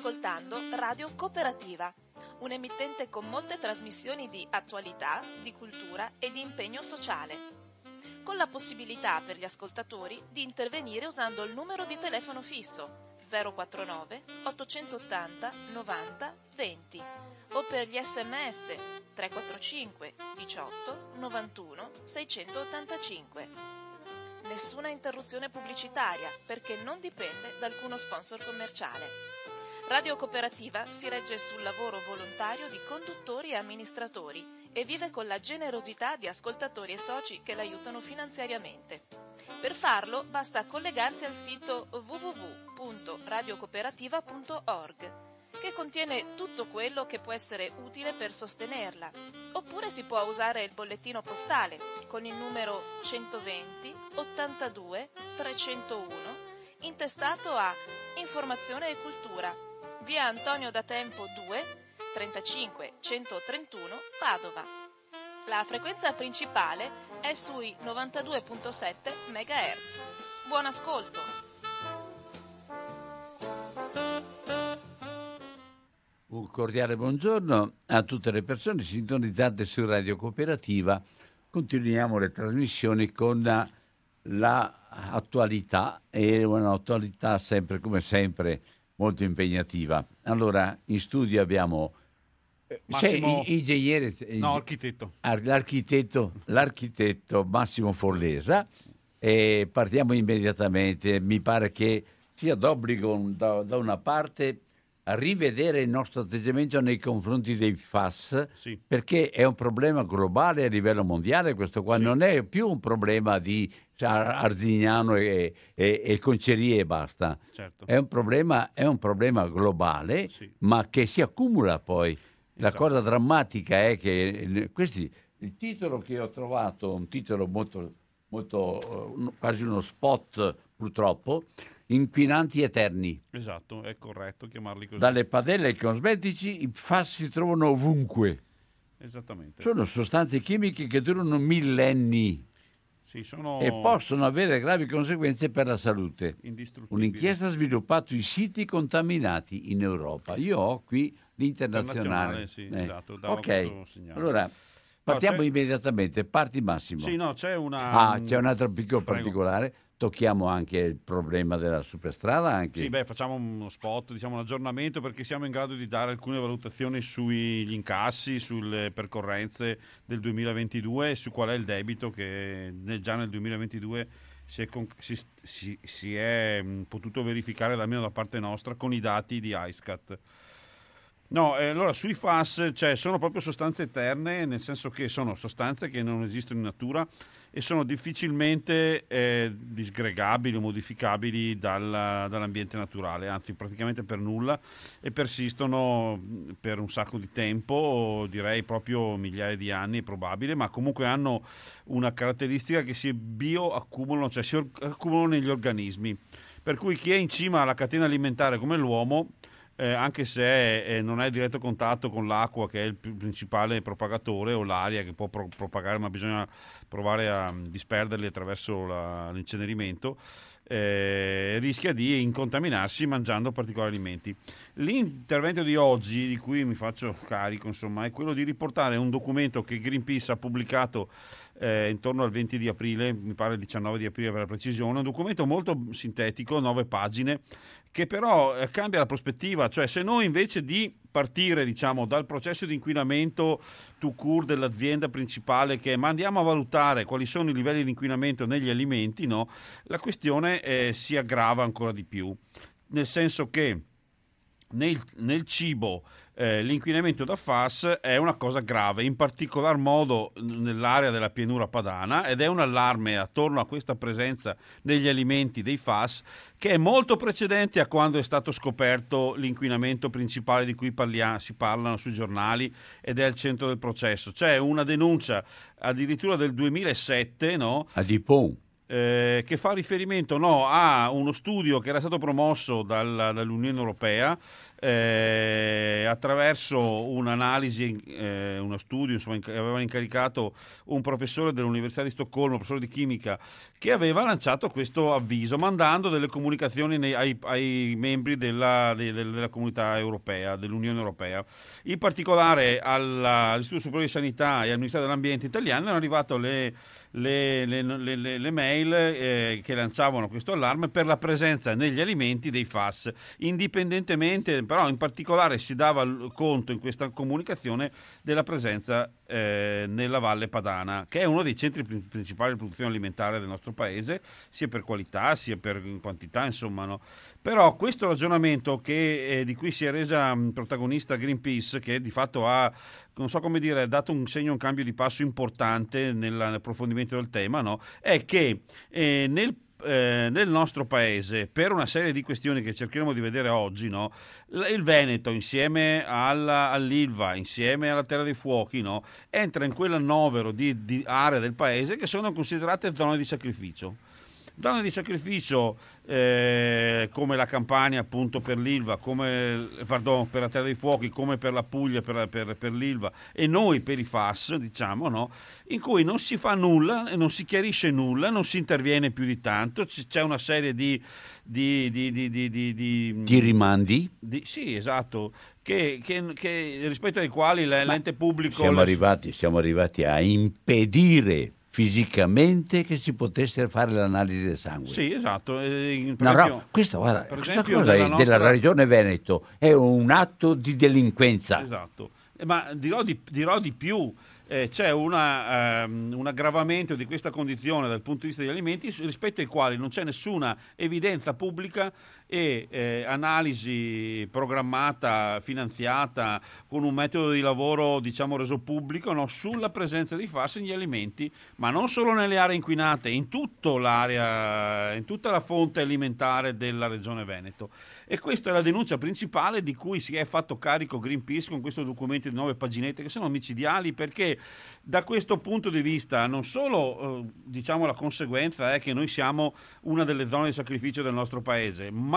ascoltando Radio Cooperativa, un emittente con molte trasmissioni di attualità, di cultura e di impegno sociale, con la possibilità per gli ascoltatori di intervenire usando il numero di telefono fisso 049 880 90 20 o per gli sms 345 18 91 685. Nessuna interruzione pubblicitaria perché non dipende da alcuno sponsor commerciale. Radio Cooperativa si regge sul lavoro volontario di conduttori e amministratori e vive con la generosità di ascoltatori e soci che l'aiutano finanziariamente. Per farlo basta collegarsi al sito www.radiocooperativa.org, che contiene tutto quello che può essere utile per sostenerla, oppure si può usare il bollettino postale con il numero 120 82 301 intestato a Informazione e Cultura, via Antonio da Tempo 2 35 131 Padova. La frequenza principale è sui 92.7 MHz. Buon ascolto! Un cordiale buongiorno a tutte le persone sintonizzate su Radio Cooperativa. Continuiamo le trasmissioni con l'attualità e un'attualità sempre come sempre molto impegnativa. Allora, in studio abbiamo Massimo... ingegnere, architetto. L'architetto Massimo Forlesa, e partiamo immediatamente. Mi pare che sia d'obbligo da una parte a rivedere il nostro atteggiamento nei confronti dei FAS, sì, perché è un problema globale a livello mondiale. Questo qua, sì, non è più un problema di Arzignano e Concerie e basta. Certo. È un problema globale, sì, ma che si accumula poi. La esatto. Cosa drammatica è che il titolo che ho trovato, un titolo molto, quasi uno spot purtroppo, inquinanti eterni. Esatto, è corretto chiamarli così. Dalle padelle ai cosmetici i FAS si trovano ovunque. Esattamente. Sono sostanze chimiche che durano millenni, sì, e possono avere gravi conseguenze per la salute. Indistruttibili. Un'inchiesta ha sviluppato i siti contaminati in Europa. Io ho qui l'internazionale. Sì, esatto, ok, allora partiamo immediatamente. Parti Massimo. Sì, no, c'è un altro piccolo particolare. Tocchiamo anche il problema della superstrada. Anche. Sì, facciamo uno spot, diciamo un aggiornamento, perché siamo in grado di dare alcune valutazioni sugli incassi, sulle percorrenze del 2022 e su qual è il debito che già nel 2022 si è potuto verificare, almeno da parte nostra, con i dati di ISCAT. No, allora sui FAS sono proprio sostanze eterne, nel senso che sono sostanze che non esistono in natura e sono difficilmente disgregabili o modificabili dall'ambiente naturale, anzi praticamente per nulla, e persistono per un sacco di tempo, direi proprio migliaia di anni, è probabile, ma comunque hanno una caratteristica che si bioaccumulano, cioè si accumulano negli organismi, per cui chi è in cima alla catena alimentare come l'uomo, anche se non è in diretto contatto con l'acqua, che è il principale propagatore, o l'aria che può propagare, ma bisogna provare a disperderli attraverso l'incenerimento, rischia di incontaminarsi mangiando particolari alimenti. L'intervento di oggi, di cui mi faccio carico, insomma, è quello di riportare un documento che Greenpeace ha pubblicato intorno al 20 di aprile, mi pare il 19 di aprile per la precisione, un documento molto sintetico, 9 pagine, che però cambia la prospettiva. Cioè, se noi invece di partire, diciamo, dal processo di inquinamento tout court dell'azienda principale, ma andiamo a valutare quali sono i livelli di inquinamento negli alimenti, no, la questione si aggrava ancora di più, nel senso che nel cibo l'inquinamento da FAS è una cosa grave, in particolar modo nell'area della pianura padana, ed è un allarme attorno a questa presenza negli alimenti dei FAS che è molto precedente a quando è stato scoperto l'inquinamento principale di cui si parlano sui giornali ed è al centro del processo. C'è una denuncia addirittura del 2007, no? A Dupont. che fa riferimento a uno studio che era stato promosso dall'Unione Europea attraverso un'analisi, uno studio, insomma, aveva incaricato un professore dell'Università di Stoccolma, un professore di chimica, che aveva lanciato questo avviso mandando delle comunicazioni ai membri della comunità europea, dell'Unione Europea. In particolare all'Istituto Superiore di Sanità e al Ministero dell'Ambiente italiano erano arrivate le mail che lanciavano questo allarme per la presenza negli alimenti dei FAS, indipendentemente, però in particolare si dava conto in questa comunicazione della presenza nella Valle Padana, che è uno dei centri principali di produzione alimentare del nostro paese, sia per qualità sia per quantità, insomma, no? Però questo ragionamento di cui si è resa protagonista Greenpeace, che di fatto ha, non so come dire, dato un cambio di passo importante nell'approfondimento del tema, no? È che nel nostro paese, per una serie di questioni che cercheremo di vedere oggi, no? Il Veneto, insieme all'Ilva, insieme alla Terra dei Fuochi, no? Entra in quell'annovero di aree del paese che sono considerate zone di sacrificio. Zone di sacrificio come la Campania, appunto, per l'Ilva, per la Terra dei Fuochi, come per la Puglia, per l'Ilva, e noi per i FAS, diciamo, no? In cui non si fa nulla, non si chiarisce nulla, non si interviene più di tanto, c'è una serie di rimandi? Sì, esatto, che rispetto ai quali l'ente pubblico... Siamo arrivati a impedire fisicamente che si potesse fare l'analisi del sangue. Sì, esatto. Questa cosa della Regione Veneto è un atto di delinquenza. Esatto. Ma dirò di più. C'è un aggravamento di questa condizione dal punto di vista degli alimenti, rispetto ai quali non c'è nessuna evidenza pubblica e analisi programmata, finanziata con un metodo di lavoro, diciamo, reso pubblico, no, sulla presenza di FAS negli alimenti, ma non solo nelle aree inquinate, in tutta la fonte alimentare della Regione Veneto. E questa è la denuncia principale di cui si è fatto carico Greenpeace con questo documento di 9 paginette, che sono micidiali, perché da questo punto di vista non solo diciamo la conseguenza è che noi siamo una delle zone di sacrificio del nostro paese, ma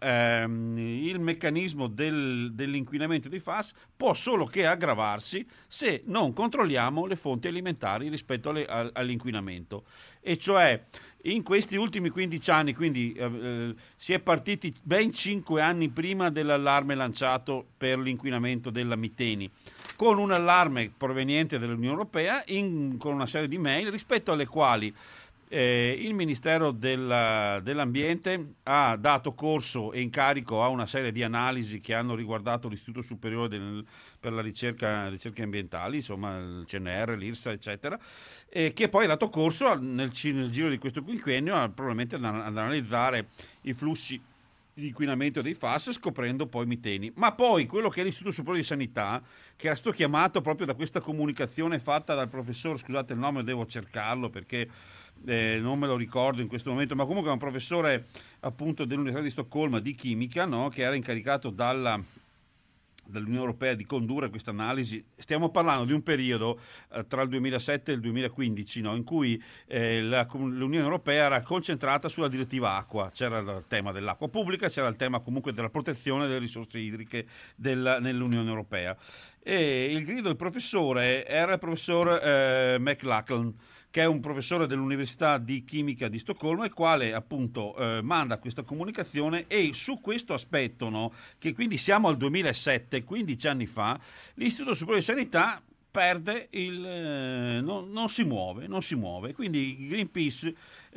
il meccanismo dell'inquinamento dei FAS può solo che aggravarsi se non controlliamo le fonti alimentari rispetto all'inquinamento. E cioè, in questi ultimi 15 anni, quindi si è partiti ben 5 anni prima dell'allarme lanciato per l'inquinamento della Miteni, con un allarme proveniente dall'Unione Europea, con una serie di mail rispetto alle quali il Ministero dell'Ambiente ha dato corso e incarico a una serie di analisi che hanno riguardato l'Istituto Superiore per la ricerche ambientali, insomma il CNR, l'IRSA, eccetera, che poi ha dato corso nel giro di questo quinquennio probabilmente ad analizzare i flussi di inquinamento dei FAS, scoprendo poi miteni. Ma poi quello che è l'Istituto Superiore di Sanità, che è stato chiamato proprio da questa comunicazione fatta dal professore, scusate il nome, devo cercarlo perché non me lo ricordo in questo momento, ma comunque è un professore appunto dell'Università di Stoccolma di chimica, no? Che era incaricato dall'Unione Europea di condurre questa analisi. Stiamo parlando di un periodo tra il 2007 e il 2015, no? In cui l'Unione Europea era concentrata sulla direttiva acqua. C'era il tema dell'acqua pubblica, c'era il tema comunque della protezione delle risorse idriche nell'Unione Europea. E il grido del professore era il professor McLachlan, che è un professore dell'Università di Chimica di Stoccolma, il quale appunto manda questa comunicazione, e su questo aspetto, no, che quindi siamo al 2007, 15 anni fa, l'Istituto Superiore di Sanità perde non si muove. Quindi Greenpeace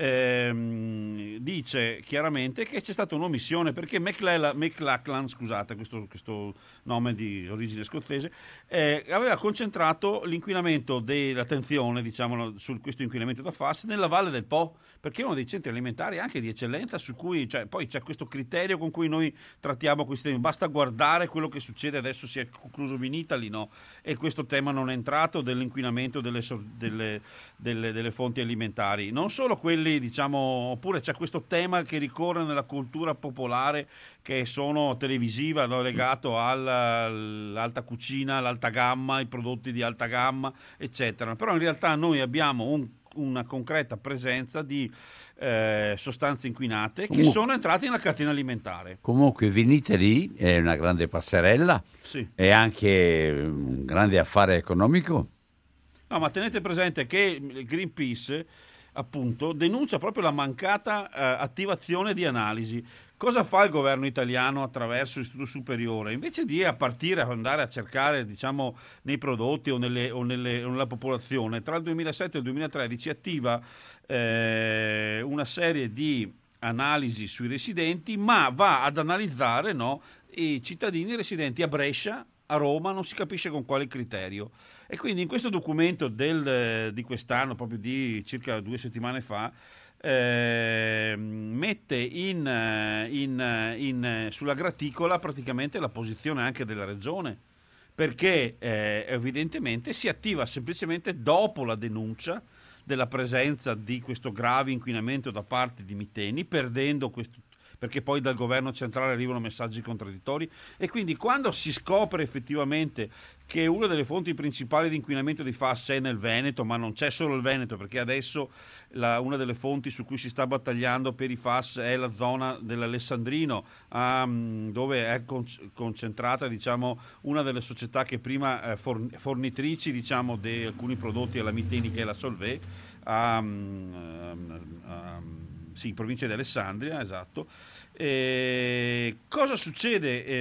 dice chiaramente che c'è stata un'omissione, perché McLachlan, scusate questo nome di origine scozzese, aveva concentrato l'inquinamento l'attenzione, diciamo, su questo inquinamento da FAS nella Valle del Po, perché è uno dei centri alimentari anche di eccellenza, su cui poi c'è questo criterio con cui noi trattiamo questi temi. Basta guardare quello che succede adesso, si è concluso Vinitaly, no? E questo tema non è entrato, dell'inquinamento delle fonti alimentari, non solo quelli, diciamo, oppure c'è questo tema che ricorre nella cultura popolare, che sono televisiva, no? Legato all'alta cucina, all'alta gamma, i prodotti di alta gamma, eccetera. Però in realtà noi abbiamo un una concreta presenza di sostanze inquinate che sono entrate nella catena alimentare. Comunque Vinitaly è una grande passerella, Sì. è anche un grande affare economico. No, ma tenete presente che il Greenpeace appunto denuncia proprio la mancata attivazione di analisi. Cosa fa il governo italiano attraverso l'Istituto Superiore? Invece di andare a cercare, diciamo, nei prodotti o nella popolazione, tra il 2007 e il 2013 attiva una serie di analisi sui residenti, ma va ad analizzare, no, i cittadini residenti a Brescia, a Roma, non si capisce con quale criterio. E quindi in questo documento di quest'anno, proprio di circa 2 settimane fa, mette sulla graticola praticamente la posizione anche della regione, perché evidentemente si attiva semplicemente dopo la denuncia della presenza di questo grave inquinamento da parte di Miteni, perdendo questo, perché poi dal governo centrale arrivano messaggi contraddittori, e quindi quando si scopre effettivamente che una delle fonti principali di inquinamento di FAS è nel Veneto, ma non c'è solo il Veneto, perché adesso una delle fonti su cui si sta battagliando per i FAS è la zona dell'Alessandrino, dove è concentrata, diciamo, una delle società che prima fornitrici, diciamo, di alcuni prodotti alla Miteni, che è la Solvay, sì, in provincia di Alessandria, esatto. Cosa succede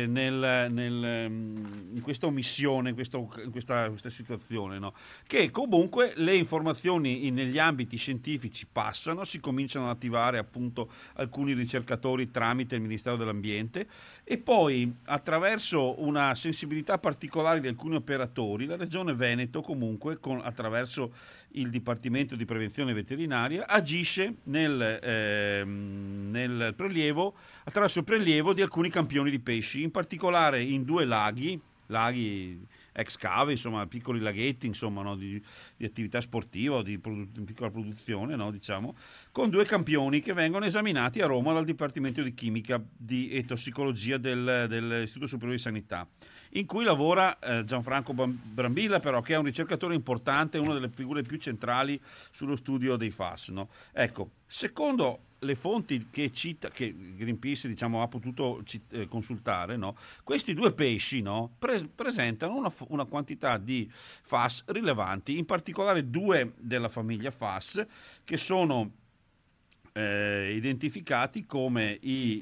in questa omissione, in questa situazione? No? Che comunque le informazioni negli ambiti scientifici passano, si cominciano ad attivare appunto alcuni ricercatori tramite il Ministero dell'Ambiente, e poi attraverso una sensibilità particolare di alcuni operatori la Regione Veneto comunque attraverso il Dipartimento di Prevenzione Veterinaria agisce attraverso il prelievo di alcuni campioni di pesci, in particolare in 2 laghi ex cave, insomma piccoli laghetti, insomma, no, di attività sportiva o di piccola produzione, no, diciamo, con 2 campioni che vengono esaminati a Roma dal Dipartimento di Chimica e Tossicologia dell'Istituto Superiore di Sanità, in cui lavora Gianfranco Brambilla, però, che è un ricercatore importante, una delle figure più centrali sullo studio dei FAS. No? Ecco, secondo le fonti che Greenpeace, diciamo, ha potuto consultare, no? Questi 2 pesci, no, presentano una quantità di FAS rilevanti, in particolare 2 della famiglia FAS, che sono identificati come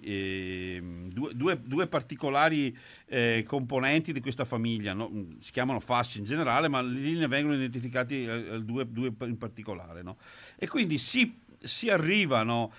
due particolari componenti di questa famiglia, no? Si chiamano FAS in generale, ma lì ne vengono identificati 2 in particolare, no? E quindi si arriva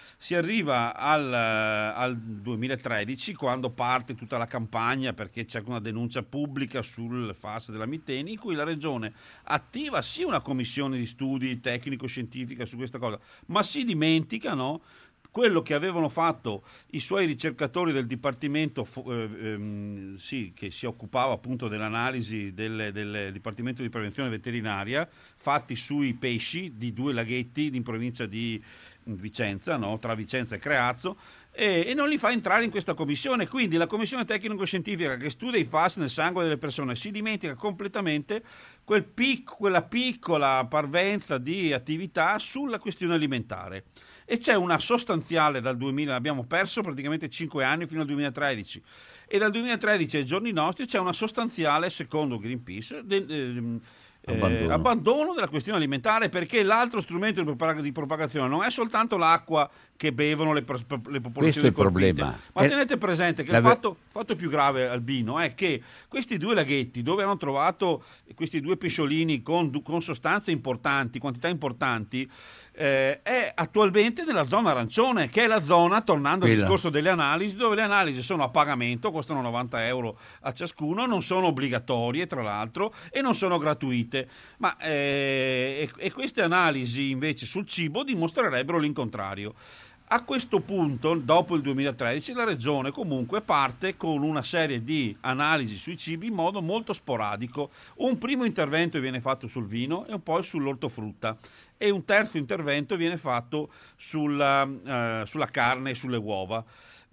al 2013, quando parte tutta la campagna, perché c'è una denuncia pubblica sul FAS della Miteni, in cui la regione attiva sì una commissione di studi tecnico-scientifica su questa cosa, ma si dimentica, no, quello che avevano fatto i suoi ricercatori del dipartimento che si occupava appunto dell'analisi del Dipartimento di Prevenzione Veterinaria, fatti sui pesci di 2 laghetti in provincia di Vicenza, no? Tra Vicenza e Creazzo, e non li fa entrare in questa commissione. Quindi la commissione tecnico-scientifica che studia i FAS nel sangue delle persone si dimentica completamente quella piccola parvenza di attività sulla questione alimentare. E c'è una sostanziale dal 2000, abbiamo perso praticamente 5 anni fino al 2013, e dal 2013 ai giorni nostri c'è una sostanziale, secondo Greenpeace, abbandono della questione alimentare, perché l'altro strumento di propagazione non è soltanto l'acqua che bevono le popolazioni colpite, ma tenete presente che il fatto più grave, Albino, è che questi 2 laghetti dove hanno trovato questi 2 pesciolini con sostanze importanti, quantità importanti, è attualmente nella zona arancione, che è la zona, tornando al discorso delle analisi, dove le analisi sono a pagamento, costano 90 euro a ciascuno, non sono obbligatorie tra l'altro e non sono gratuite, ma e queste analisi invece sul cibo dimostrerebbero l'incontrario. A questo punto, dopo il 2013, la regione comunque parte con una serie di analisi sui cibi in modo molto sporadico. Un primo intervento viene fatto sul vino e poi sull'ortofrutta, e un terzo intervento viene fatto sulla carne e sulle uova.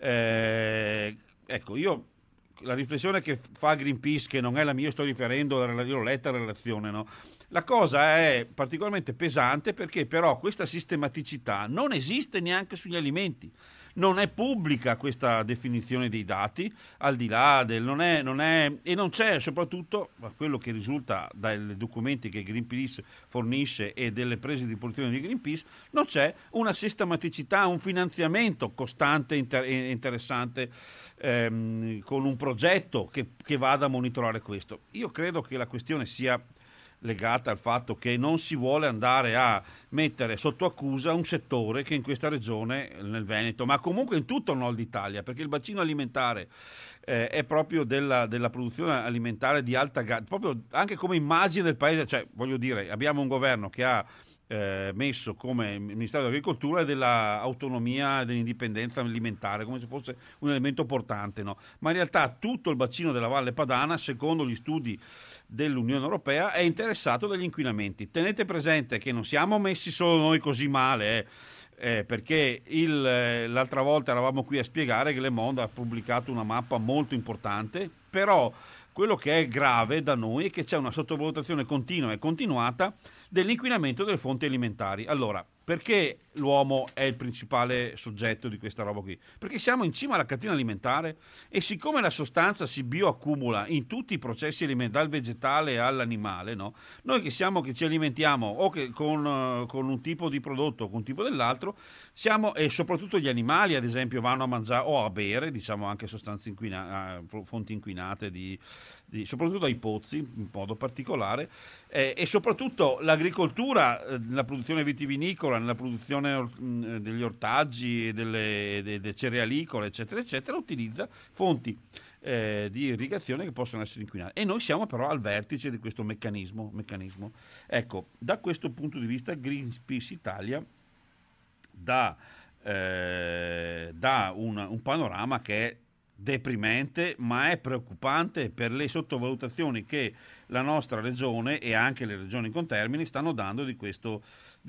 Ecco, la riflessione che fa Greenpeace, che non è la mia, sto riferendo, io l'ho letta la relazione, no? La cosa è particolarmente pesante perché però questa sistematicità non esiste neanche sugli alimenti. Non è pubblica questa definizione dei dati, al di là del e non c'è, soprattutto quello che risulta dai documenti che Greenpeace fornisce e delle prese di posizione di Greenpeace, non c'è una sistematicità, un finanziamento costante e interessante con un progetto che vada a monitorare questo. Io credo che la questione sia legata al fatto che non si vuole andare a mettere sotto accusa un settore che in questa regione, nel Veneto, ma comunque in tutto il nord d'Italia, perché il bacino alimentare è proprio della produzione alimentare di alta proprio anche come immagine del paese, cioè voglio dire, abbiamo un governo che ha messo come Ministero dell'Agricoltura dell'autonomia e dell'indipendenza alimentare come se fosse un elemento portante, no? Ma in realtà tutto il bacino della Valle Padana, secondo gli studi dell'Unione Europea, è interessato dagli inquinamenti. Tenete presente che non siamo messi solo noi così male, perché l'altra volta eravamo qui a spiegare che Le Monde ha pubblicato una mappa molto importante, però quello che è grave da noi è che c'è una sottovalutazione continua e continuata dell'inquinamento delle fonti alimentari. Allora, perché l'uomo è il principale soggetto di questa roba qui? Perché siamo in cima alla catena alimentare e siccome la sostanza si bioaccumula in tutti i processi alimentari, dal vegetale all'animale, no? Noi che ci alimentiamo o che con un tipo di prodotto o con un tipo dell'altro, e soprattutto gli animali, ad esempio, vanno a mangiare o a bere, diciamo anche sostanze fonti inquinate, soprattutto dai pozzi in modo particolare, e soprattutto l'agricoltura, la produzione vitivinicola, nella produzione degli ortaggi, delle cerealicole, eccetera, eccetera, utilizza fonti di irrigazione che possono essere inquinate. E noi siamo però al vertice di questo meccanismo. Ecco, da questo punto di vista Greenpeace Italia dà un panorama che è deprimente, ma è preoccupante per le sottovalutazioni che la nostra regione e anche le regioni contermini stanno dando di questo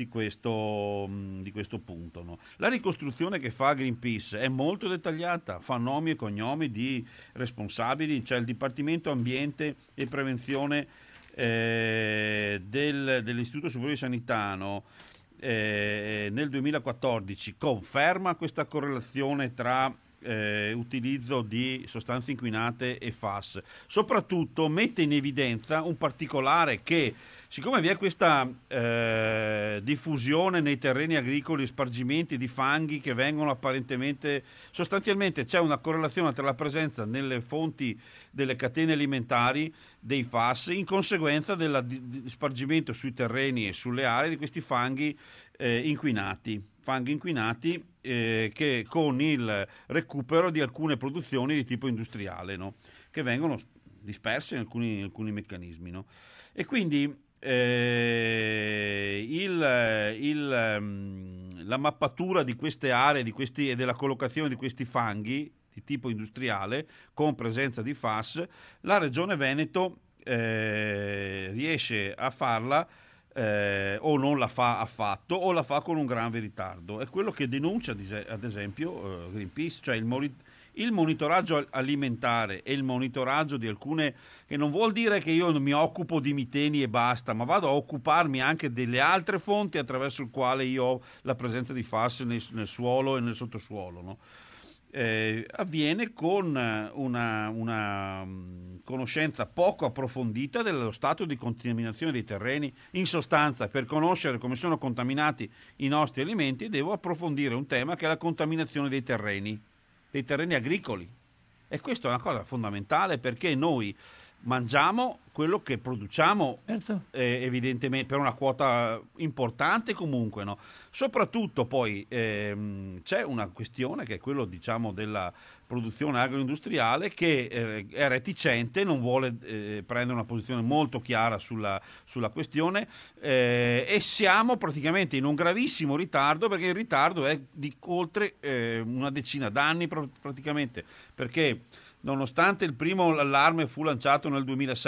punto, no? La ricostruzione che fa Greenpeace è molto dettagliata, fa nomi e cognomi di responsabili, c'è il Dipartimento Ambiente e Prevenzione dell'Istituto Superiore di Sanità, no? Nel 2014 conferma questa correlazione tra utilizzo di sostanze inquinate e FAS. Soprattutto mette in evidenza un particolare che, siccome vi è questa diffusione nei terreni agricoli, spargimenti di fanghi che vengono sostanzialmente c'è una correlazione tra la presenza nelle fonti delle catene alimentari dei FAS in conseguenza del spargimento sui terreni e sulle aree di questi fanghi inquinati che con il recupero di alcune produzioni di tipo industriale, no? Che vengono disperse in alcuni meccanismi, no? E quindi la mappatura di queste aree e della collocazione di questi fanghi di tipo industriale con presenza di FAS, la Regione Veneto riesce a farla o non la fa affatto o la fa con un grave ritardo. È quello che denuncia ad esempio Greenpeace, cioè il monitoraggio alimentare e il monitoraggio di alcune, che non vuol dire che io non mi occupo di miteni e basta, ma vado a occuparmi anche delle altre fonti attraverso il quale io ho la presenza di FAS nel suolo e nel sottosuolo, no? Avviene con una conoscenza poco approfondita dello stato di contaminazione dei terreni. In sostanza, per conoscere come sono contaminati i nostri alimenti, devo approfondire un tema che è la contaminazione dei terreni agricoli. E questa è una cosa fondamentale, perché noi mangiamo quello che produciamo, certo. Evidentemente per una quota importante comunque, no? Soprattutto poi c'è una questione che è quello, diciamo, della produzione agroindustriale che è reticente, non vuole prendere una posizione molto chiara sulla questione, e siamo praticamente in un gravissimo ritardo, perché il ritardo è di oltre una decina d'anni praticamente, perché nonostante il primo allarme fu lanciato nel 2007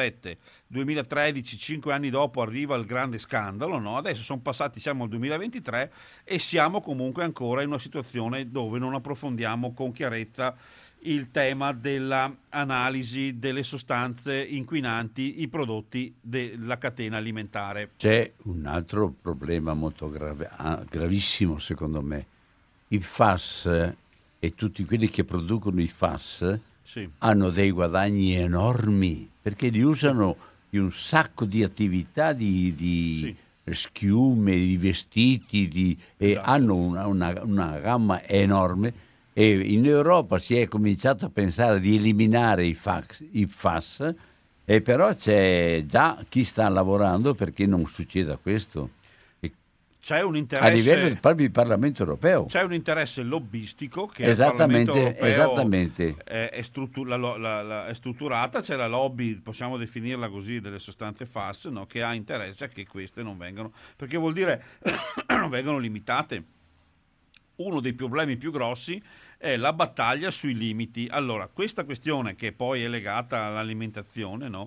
2013, 5 anni dopo arriva il grande scandalo, no? Adesso sono passati, siamo al 2023 e siamo comunque ancora in una situazione dove non approfondiamo con chiarezza il tema dell'analisi delle sostanze inquinanti, i prodotti della catena alimentare. C'è un altro problema molto gravissimo secondo me. I FAS e tutti quelli che producono i FAS hanno dei guadagni enormi perché li usano in un sacco di attività di schiume, di vestiti e hanno una gamma enorme. E in Europa si è cominciato a pensare di eliminare i FAS, e però c'è già chi sta lavorando perché non succeda questo. C'è un interesse a livello del Parlamento europeo. C'è un interesse lobbistico che il Parlamento europeo è strutturata. C'è la lobby, possiamo definirla così, delle sostanze FAS, no? Che ha interesse a che queste non vengano, perché vuol dire non vengono limitate. Uno dei problemi più grossi è la battaglia sui limiti. Allora, questa questione che poi è legata all'alimentazione, no?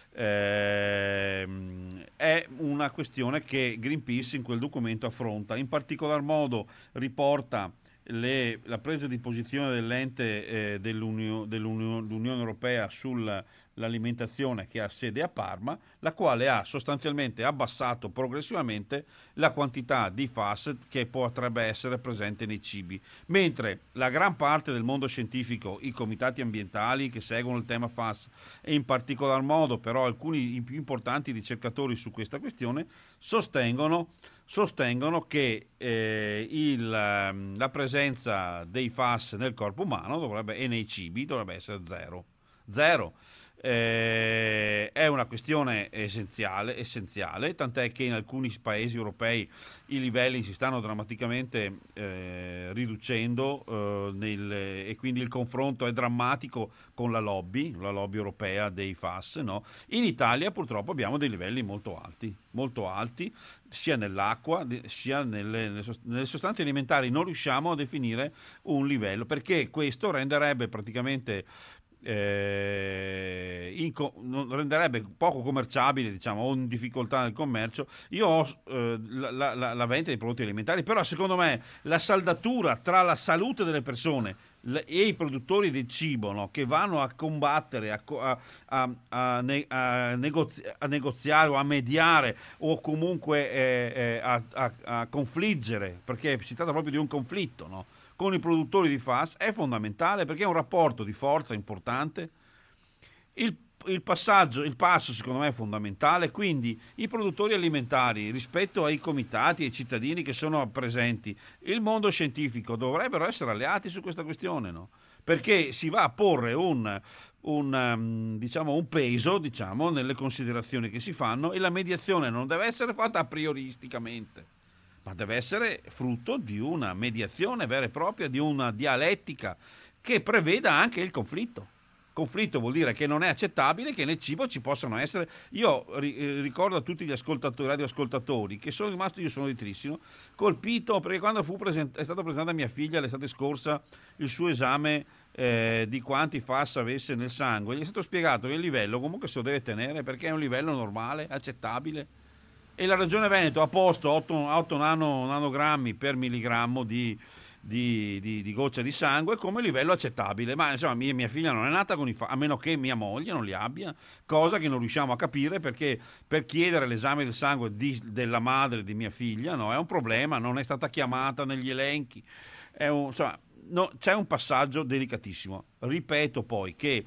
È una questione che Greenpeace in quel documento affronta. In particolar modo riporta la presa di posizione dell'ente dell'Unione Europea sull'alimentazione che ha sede a Parma, la quale ha sostanzialmente abbassato progressivamente la quantità di FAS che potrebbe essere presente nei cibi, mentre la gran parte del mondo scientifico, i comitati ambientali che seguono il tema FAS e in particolar modo però alcuni i più importanti ricercatori su questa questione sostengono che la presenza dei FAS nel corpo umano e nei cibi dovrebbe essere zero. È una questione essenziale, tant'è che in alcuni paesi europei i livelli si stanno drammaticamente riducendo e quindi il confronto è drammatico con la lobby europea dei FAS, no? In Italia purtroppo abbiamo dei livelli molto alti sia nell'acqua sia nelle sostanze alimentari. Non riusciamo a definire un livello perché questo renderebbe praticamente renderebbe poco commerciabile, diciamo, o in difficoltà nel commercio. Io ho la vendita dei prodotti alimentari, però secondo me la saldatura tra la salute delle persone e i produttori del cibo, no, che vanno a combattere, a negoziare o a mediare o comunque a confliggere, perché si tratta proprio di un conflitto, no, con i produttori di FAS, è fondamentale perché è un rapporto di forza importante. Il passo secondo me è fondamentale, quindi i produttori alimentari rispetto ai comitati e ai cittadini che sono presenti, il mondo scientifico dovrebbero essere alleati su questa questione, no? Perché si va a porre un peso, diciamo, nelle considerazioni che si fanno, e la mediazione non deve essere fatta a prioristicamente, ma deve essere frutto di una mediazione vera e propria, di una dialettica che preveda anche il conflitto. Conflitto vuol dire che non è accettabile che nel cibo ci possano essere. Io ricordo a tutti gli radioascoltatori che sono rimasto, io sono di Trissino, colpito perché quando è stata presentata a mia figlia l'estate scorsa il suo esame di quanti FAS avesse nel sangue, gli è stato spiegato che il livello comunque se lo deve tenere perché è un livello normale, accettabile. E la Regione Veneto ha posto 8 nanogrammi per milligrammo di goccia di sangue come livello accettabile, ma insomma mia figlia non è nata con i FAS, a meno che mia moglie non li abbia, cosa che non riusciamo a capire, perché per chiedere l'esame del sangue della madre di mia figlia, no, è un problema, non è stata chiamata negli elenchi, c'è un passaggio delicatissimo. Ripeto poi che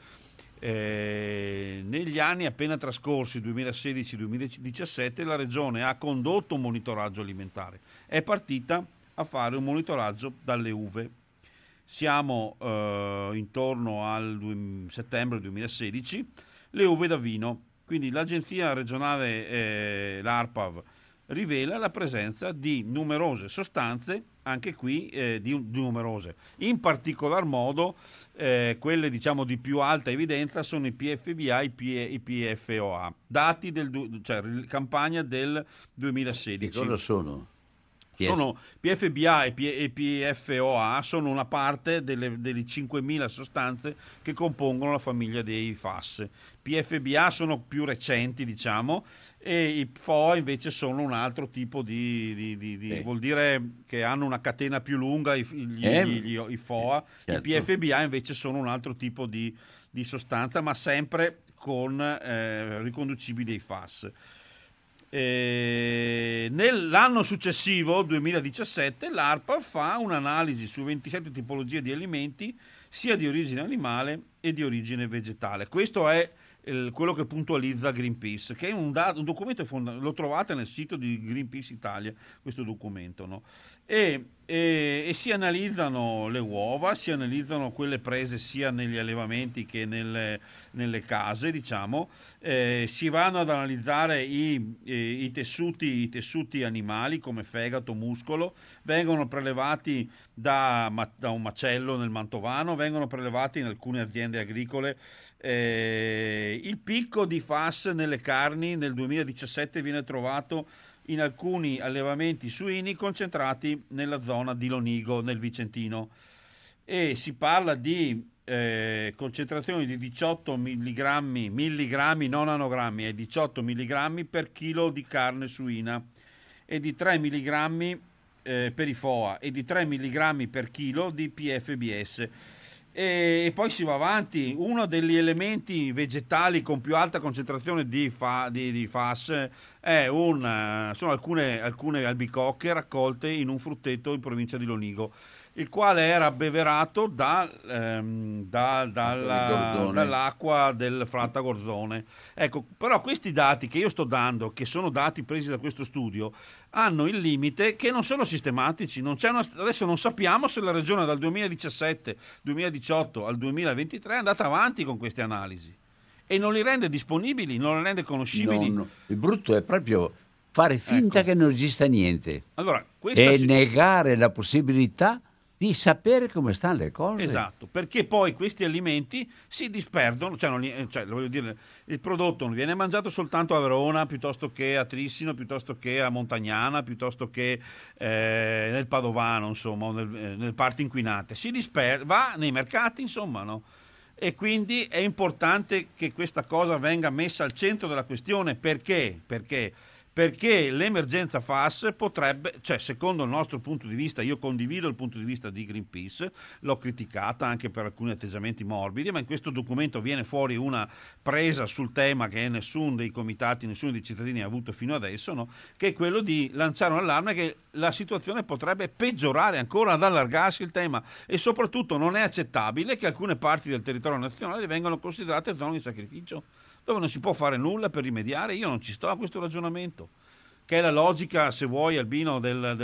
negli anni appena trascorsi, 2016-2017, la Regione ha condotto un monitoraggio alimentare, è partita a fare un monitoraggio dalle uve. Siamo intorno al settembre 2016, le uve da vino, quindi l'agenzia regionale, l'ARPAV, rivela la presenza di numerose sostanze, anche qui di numerose. In particolar modo quelle diciamo di più alta evidenza sono i PFBA e i PFOA, dati campagna del 2016. Che cosa sono? Sono PFBA e PFOA sono una parte delle 5.000 sostanze che compongono la famiglia dei FAS. PFBA sono più recenti, diciamo, e i FOA invece sono un altro tipo vuol dire che hanno una catena più lunga i FOA. Certo. I PFBA invece sono un altro tipo di sostanza, ma sempre con riconducibili ai FAS. Nell'anno successivo, 2017, l'ARPA fa un'analisi su 27 tipologie di alimenti, sia di origine animale e di origine vegetale. Questo è quello che puntualizza Greenpeace, che è un documento lo trovate nel sito di Greenpeace Italia, questo documento, no? E si analizzano le uova, si analizzano quelle prese sia negli allevamenti che nelle case, diciamo, si vanno ad analizzare i tessuti animali come fegato, muscolo, vengono prelevati da un macello nel Mantovano, vengono prelevati in alcune aziende agricole. Il picco di FAS nelle carni nel 2017 viene trovato in alcuni allevamenti suini concentrati nella zona di Lonigo, nel Vicentino, e si parla di concentrazioni di 18 milligrammi non nanogrammi, è 18 milligrammi per chilo di carne suina e di 3 milligrammi per i FOA e di 3 milligrammi per chilo di PFBS. E poi si va avanti. Uno degli elementi vegetali con più alta concentrazione di FAS sono alcune albicocche raccolte in un frutteto in provincia di Lonigo, il quale era abbeverato dall'acqua del Fratta Gorzone. Ecco, però questi dati che io sto dando, che sono dati presi da questo studio, hanno il limite che non sono sistematici. Adesso non sappiamo se la regione dal 2017, 2018 al 2023 è andata avanti con queste analisi e non li rende disponibili, non li rende conoscibili. Il brutto è proprio fare finta che non esista niente, allora, negare la possibilità di sapere come stanno le cose. Esatto, perché poi questi alimenti si disperdono, voglio dire, il prodotto non viene mangiato soltanto a Verona, piuttosto che a Trissino, piuttosto che a Montagnana, piuttosto che nel Padovano, insomma, nelle parti inquinate. Va nei mercati, insomma, no? E quindi è importante che questa cosa venga messa al centro della questione. Perché? Perché l'emergenza FAS potrebbe, secondo il nostro punto di vista, io condivido il punto di vista di Greenpeace, l'ho criticata anche per alcuni atteggiamenti morbidi, ma in questo documento viene fuori una presa sul tema che nessuno dei comitati, nessuno dei cittadini ha avuto fino adesso, no? Che è quello di lanciare un allarme che la situazione potrebbe peggiorare ancora, ad allargarsi il tema, e soprattutto non è accettabile che alcune parti del territorio nazionale vengano considerate zone di sacrificio, dove non si può fare nulla per rimediare. Io non ci sto a questo ragionamento, che è la logica, se vuoi, Albino,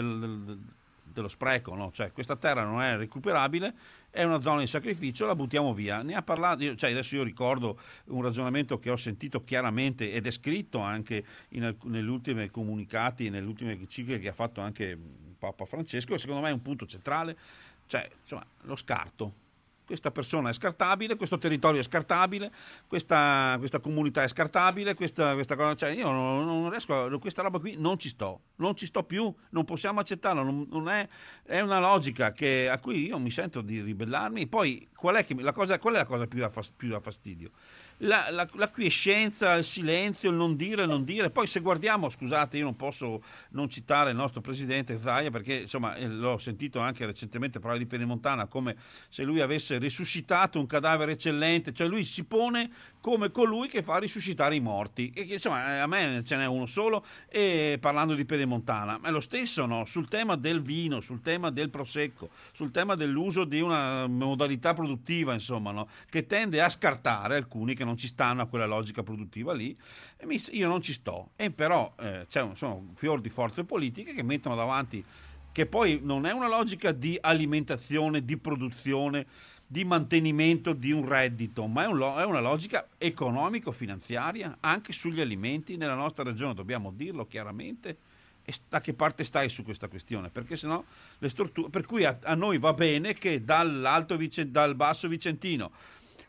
dello spreco, no? Cioè, questa terra non è recuperabile, è una zona di sacrificio, la buttiamo via. Ne ha parlato, adesso io ricordo un ragionamento che ho sentito chiaramente ed è scritto anche negli ultimi comunicati, nelle ultime encicliche che ha fatto anche Papa Francesco, e secondo me è un punto centrale, lo scarto. Questa persona è scartabile, questo territorio è scartabile, questa comunità è scartabile, questa cosa, io non riesco, questa roba qui non ci sto più, non possiamo accettarlo, non è una logica a cui io mi sento di ribellarmi. Poi qual è la cosa più da fastidio? La quiescenza, il silenzio, il non dire. Poi se guardiamo, scusate, io non posso non citare il nostro presidente Zaia, perché insomma l'ho sentito anche recentemente parlare di Pedemontana come se lui avesse risuscitato un cadavere eccellente, cioè lui si pone come colui che fa risuscitare i morti, e che insomma a me ce n'è uno solo, e parlando di Pedemontana, ma è lo stesso, no? Sul tema del vino, sul tema del prosecco, sul tema dell'uso di una modalità produttiva, insomma, no? Che tende a scartare alcuni che non ci stanno a quella logica produttiva lì, e io non ci sto, e però sono fior di forze politiche che mettono davanti, che poi non è una logica di alimentazione, di produzione, di mantenimento di un reddito, ma è una logica economico-finanziaria anche sugli alimenti nella nostra regione, dobbiamo dirlo chiaramente. E da che parte stai su questa questione? Perché sennò le storture, per cui a noi va bene che dal basso Vicentino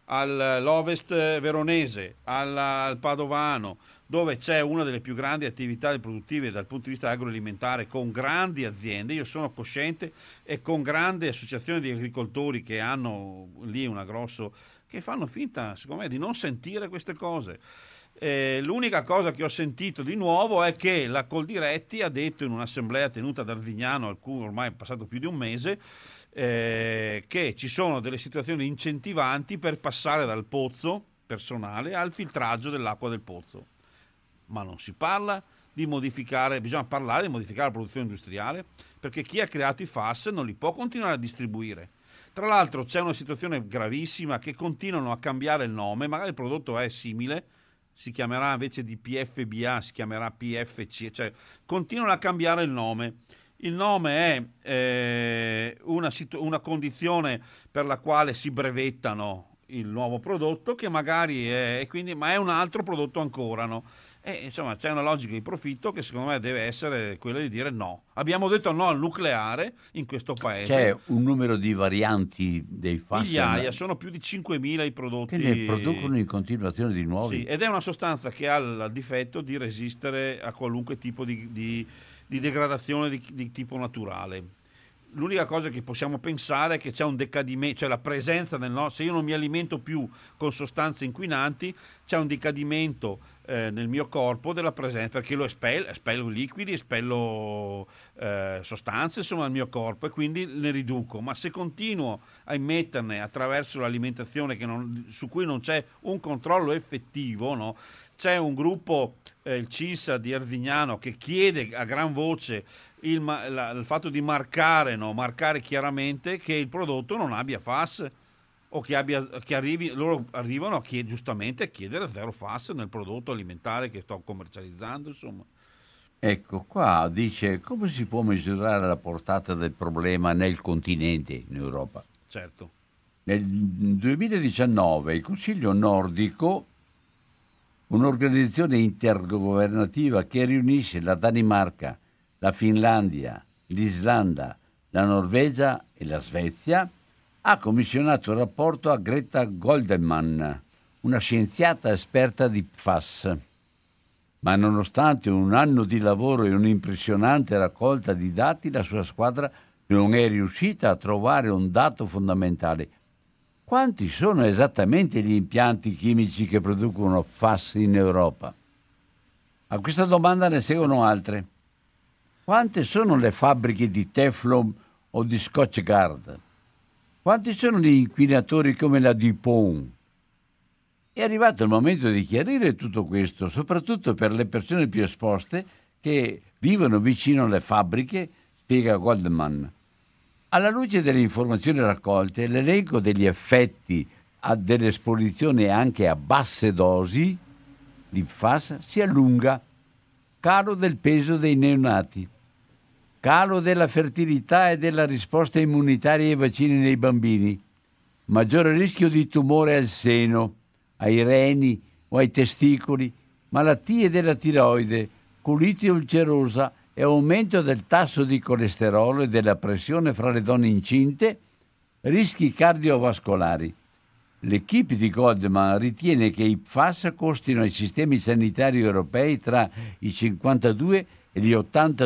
all'Ovest veronese, al Padovano, dove c'è una delle più grandi attività produttive dal punto di vista agroalimentare, con grandi aziende, io sono cosciente, e con grandi associazioni di agricoltori che hanno lì una grosso, che fanno finta, secondo me, di non sentire queste cose. L'unica cosa che ho sentito di nuovo è che la Coldiretti ha detto in un'assemblea tenuta ad Arzignano, ormai è passato più di un mese, che ci sono delle situazioni incentivanti per passare dal pozzo personale al filtraggio dell'acqua del pozzo. Ma non si parla di modificare, bisogna parlare di modificare la produzione industriale, perché chi ha creato i FAS non li può continuare a distribuire. Tra l'altro c'è una situazione gravissima, che continuano a cambiare il nome, magari il prodotto è simile, si chiamerà invece di PFBA, si chiamerà PFC, cioè continuano a cambiare il nome. Il nome è una condizione per la quale si brevettano il nuovo prodotto, che magari ma è un altro prodotto ancora, no? Insomma, c'è una logica di profitto che secondo me deve essere quella di dire no. Abbiamo detto no al nucleare in questo paese. C'è un numero di varianti dei FAS. Migliaia, sono più di 5.000 i prodotti. Che ne producono in continuazione di nuovi. Sì, ed è una sostanza che ha il difetto di resistere a qualunque tipo di degradazione di tipo naturale. L'unica cosa che possiamo pensare è che c'è un decadimento, cioè la presenza se io non mi alimento più con sostanze inquinanti, c'è un decadimento nel mio corpo della presenza, perché lo espello liquidi, espello sostanze insomma nel mio corpo, e quindi ne riduco. Ma se continuo a immetterne attraverso l'alimentazione su cui non c'è un controllo effettivo, no? C'è un gruppo, il CISA di Arzignano, che chiede a gran voce il fatto di marcare chiaramente che il prodotto non abbia FAS, o loro arrivano giustamente a chiedere 0 FAS nel prodotto alimentare che sto commercializzando, insomma. Ecco, qua dice: come si può misurare la portata del problema nel continente, in Europa? Certo. Nel 2019 il Consiglio nordico, un'organizzazione intergovernativa che riunisce la Danimarca, la Finlandia, l'Islanda, la Norvegia e la Svezia, ha commissionato il rapporto a Greta Goldenman, una scienziata esperta di PFAS. Ma nonostante un anno di lavoro e un'impressionante raccolta di dati, la sua squadra non è riuscita a trovare un dato fondamentale. Quanti sono esattamente gli impianti chimici che producono FAS in Europa? A questa domanda ne seguono altre. Quante sono le fabbriche di Teflon o di Scotchgard? Quanti sono gli inquinatori come la DuPont? È arrivato il momento di chiarire tutto questo, soprattutto per le persone più esposte che vivono vicino alle fabbriche, spiega Goldman. Alla luce delle informazioni raccolte, l'elenco degli effetti dell'esposizione anche a basse dosi di PFAS si allunga. Calo del peso dei neonati, calo della fertilità e della risposta immunitaria ai vaccini nei bambini, maggiore rischio di tumore al seno, ai reni o ai testicoli, malattie della tiroide, colite ulcerosa e aumento del tasso di colesterolo e della pressione fra le donne incinte, rischi cardiovascolari. L'equipe di Goldman ritiene che i PFAS costino ai sistemi sanitari europei tra i 52 e gli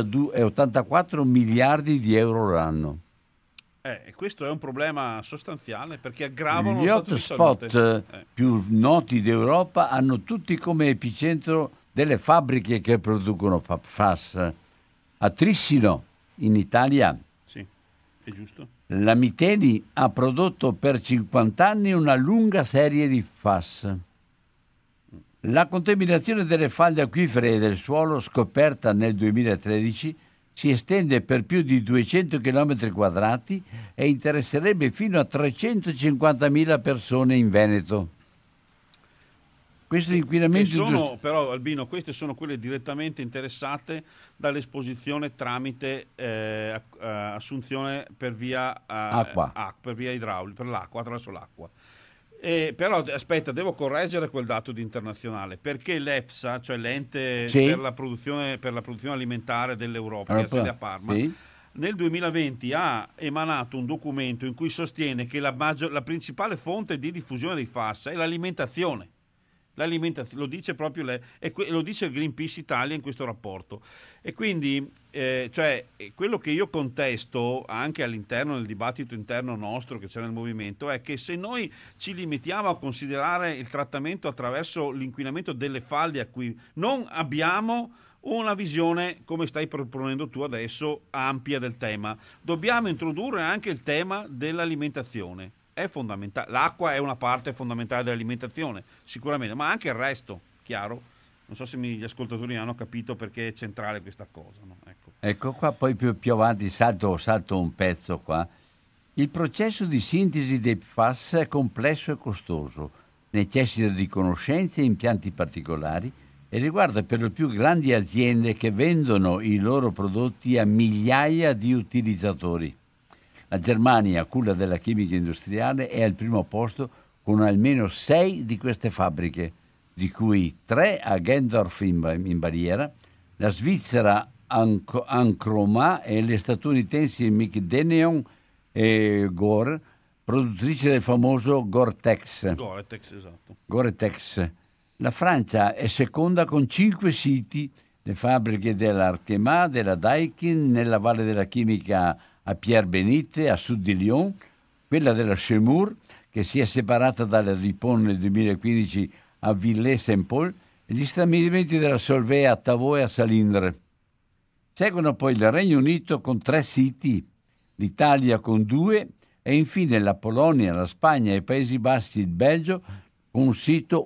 84 miliardi di euro l'anno. Questo è un problema sostanziale, perché aggravano gli lo stato di hotspot salute. Più noti d'Europa hanno tutti come epicentro delle fabbriche che producono PFAS. A Trissino, in Italia, sì, è giusto. la Miteni ha prodotto per 50 anni una lunga serie di FAS. La contaminazione delle falde acquifere e del suolo, scoperta nel 2013, si estende per più di 200 km quadrati e interesserebbe fino a 350.000 persone in Veneto. Questo inquinamento però, Albino, queste sono quelle direttamente interessate dall'esposizione tramite assunzione per via acqua, per via idraulica, per l'acqua, attraverso l'acqua. Però aspetta, devo correggere quel dato di internazionale, perché l'EFSA, cioè l'ente per la produzione alimentare dell'Europa, che ha sede a Parma, nel 2020 ha emanato un documento in cui sostiene che la principale fonte di diffusione dei FAS è l'alimentazione. Lo dice proprio lei, lo dice il Greenpeace Italia in questo rapporto. E quindi cioè, quello che io contesto anche all'interno del dibattito interno nostro che c'è nel movimento è che se noi ci limitiamo a considerare il trattamento attraverso l'inquinamento delle falde a cui non abbiamo una visione, come stai proponendo tu adesso, ampia del tema. Dobbiamo introdurre anche il tema dell'alimentazione. È fondamentale. L'acqua è una parte fondamentale dell'alimentazione, sicuramente, ma anche il resto, chiaro. Non so se gli ascoltatori hanno capito perché è centrale questa cosa. No? Ecco qua, poi più avanti salto un pezzo qua. Il processo di sintesi dei PFAS è complesso e costoso, necessita di conoscenze e impianti particolari e riguarda per lo più grandi aziende che vendono i loro prodotti a migliaia di utilizzatori. La Germania, culla della chimica industriale, è al primo posto con almeno 6 di queste fabbriche, di cui 3 a Gendorf in Baviera, la Svizzera Ancroma e le statunitensi Micheldeneon e Gore, produttrice del famoso Gore-Tex. Esatto. Gore-Tex. La Francia è seconda con 5 siti, le fabbriche dell'Arkema, della Daikin, nella Valle della Chimica a Pierre-Bénite, a sud di Lyon, quella della Chemours, che si è separata dalla Dupont nel 2015 a Villers-Saint-Paul, e gli stabilimenti della Solvay a Tavaux e a Salindre. Seguono poi il Regno Unito con 3 siti, l'Italia con 2 e infine la Polonia, la Spagna, i Paesi Bassi e il Belgio con un sito,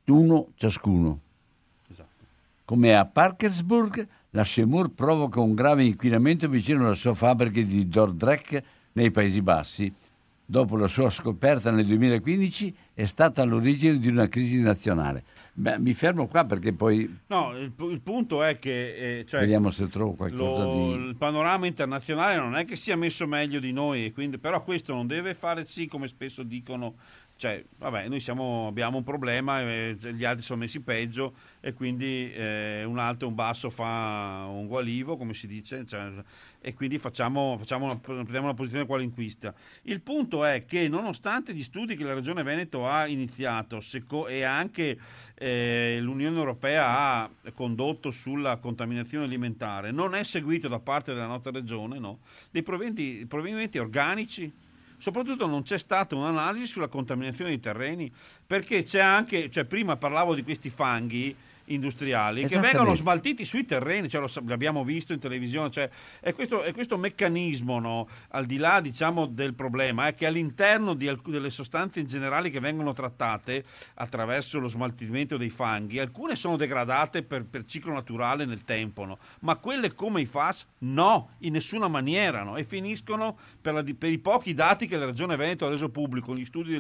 1 ciascuno. Esatto. Come a Parkersburg, la Chemours provoca un grave inquinamento vicino alla sua fabbrica di Dordrecht nei Paesi Bassi. Dopo la sua scoperta nel 2015 è stata all'origine di una crisi nazionale. Beh, mi fermo qua perché poi... No, il punto è che... vediamo se trovo qualcosa di... Il panorama internazionale non è che sia messo meglio di noi, quindi, però questo non deve fare sì, come spesso dicono... Cioè, vabbè, noi abbiamo un problema, gli altri sono messi peggio e quindi un alto e un basso fa un gualivo, come si dice, cioè, e quindi prendiamo una posizione qualinquista. Il punto è che nonostante gli studi che la Regione Veneto ha iniziato e anche l'Unione Europea ha condotto sulla contaminazione alimentare, non è seguito da parte della nostra Regione, no, dei provvedimenti organici. Soprattutto non c'è stata un'analisi sulla contaminazione dei terreni, perché c'è anche, cioè prima parlavo di questi fanghi industriali che vengono smaltiti sui terreni, cioè l'abbiamo visto in televisione, cioè è questo meccanismo, no? Al di là, diciamo, del problema è che all'interno delle sostanze in generale che vengono trattate attraverso lo smaltimento dei fanghi, alcune sono degradate per ciclo naturale nel tempo, no? Ma quelle come i FAS no, in nessuna maniera, no? E finiscono per i pochi dati che la Regione Veneto ha reso pubblico, gli studi del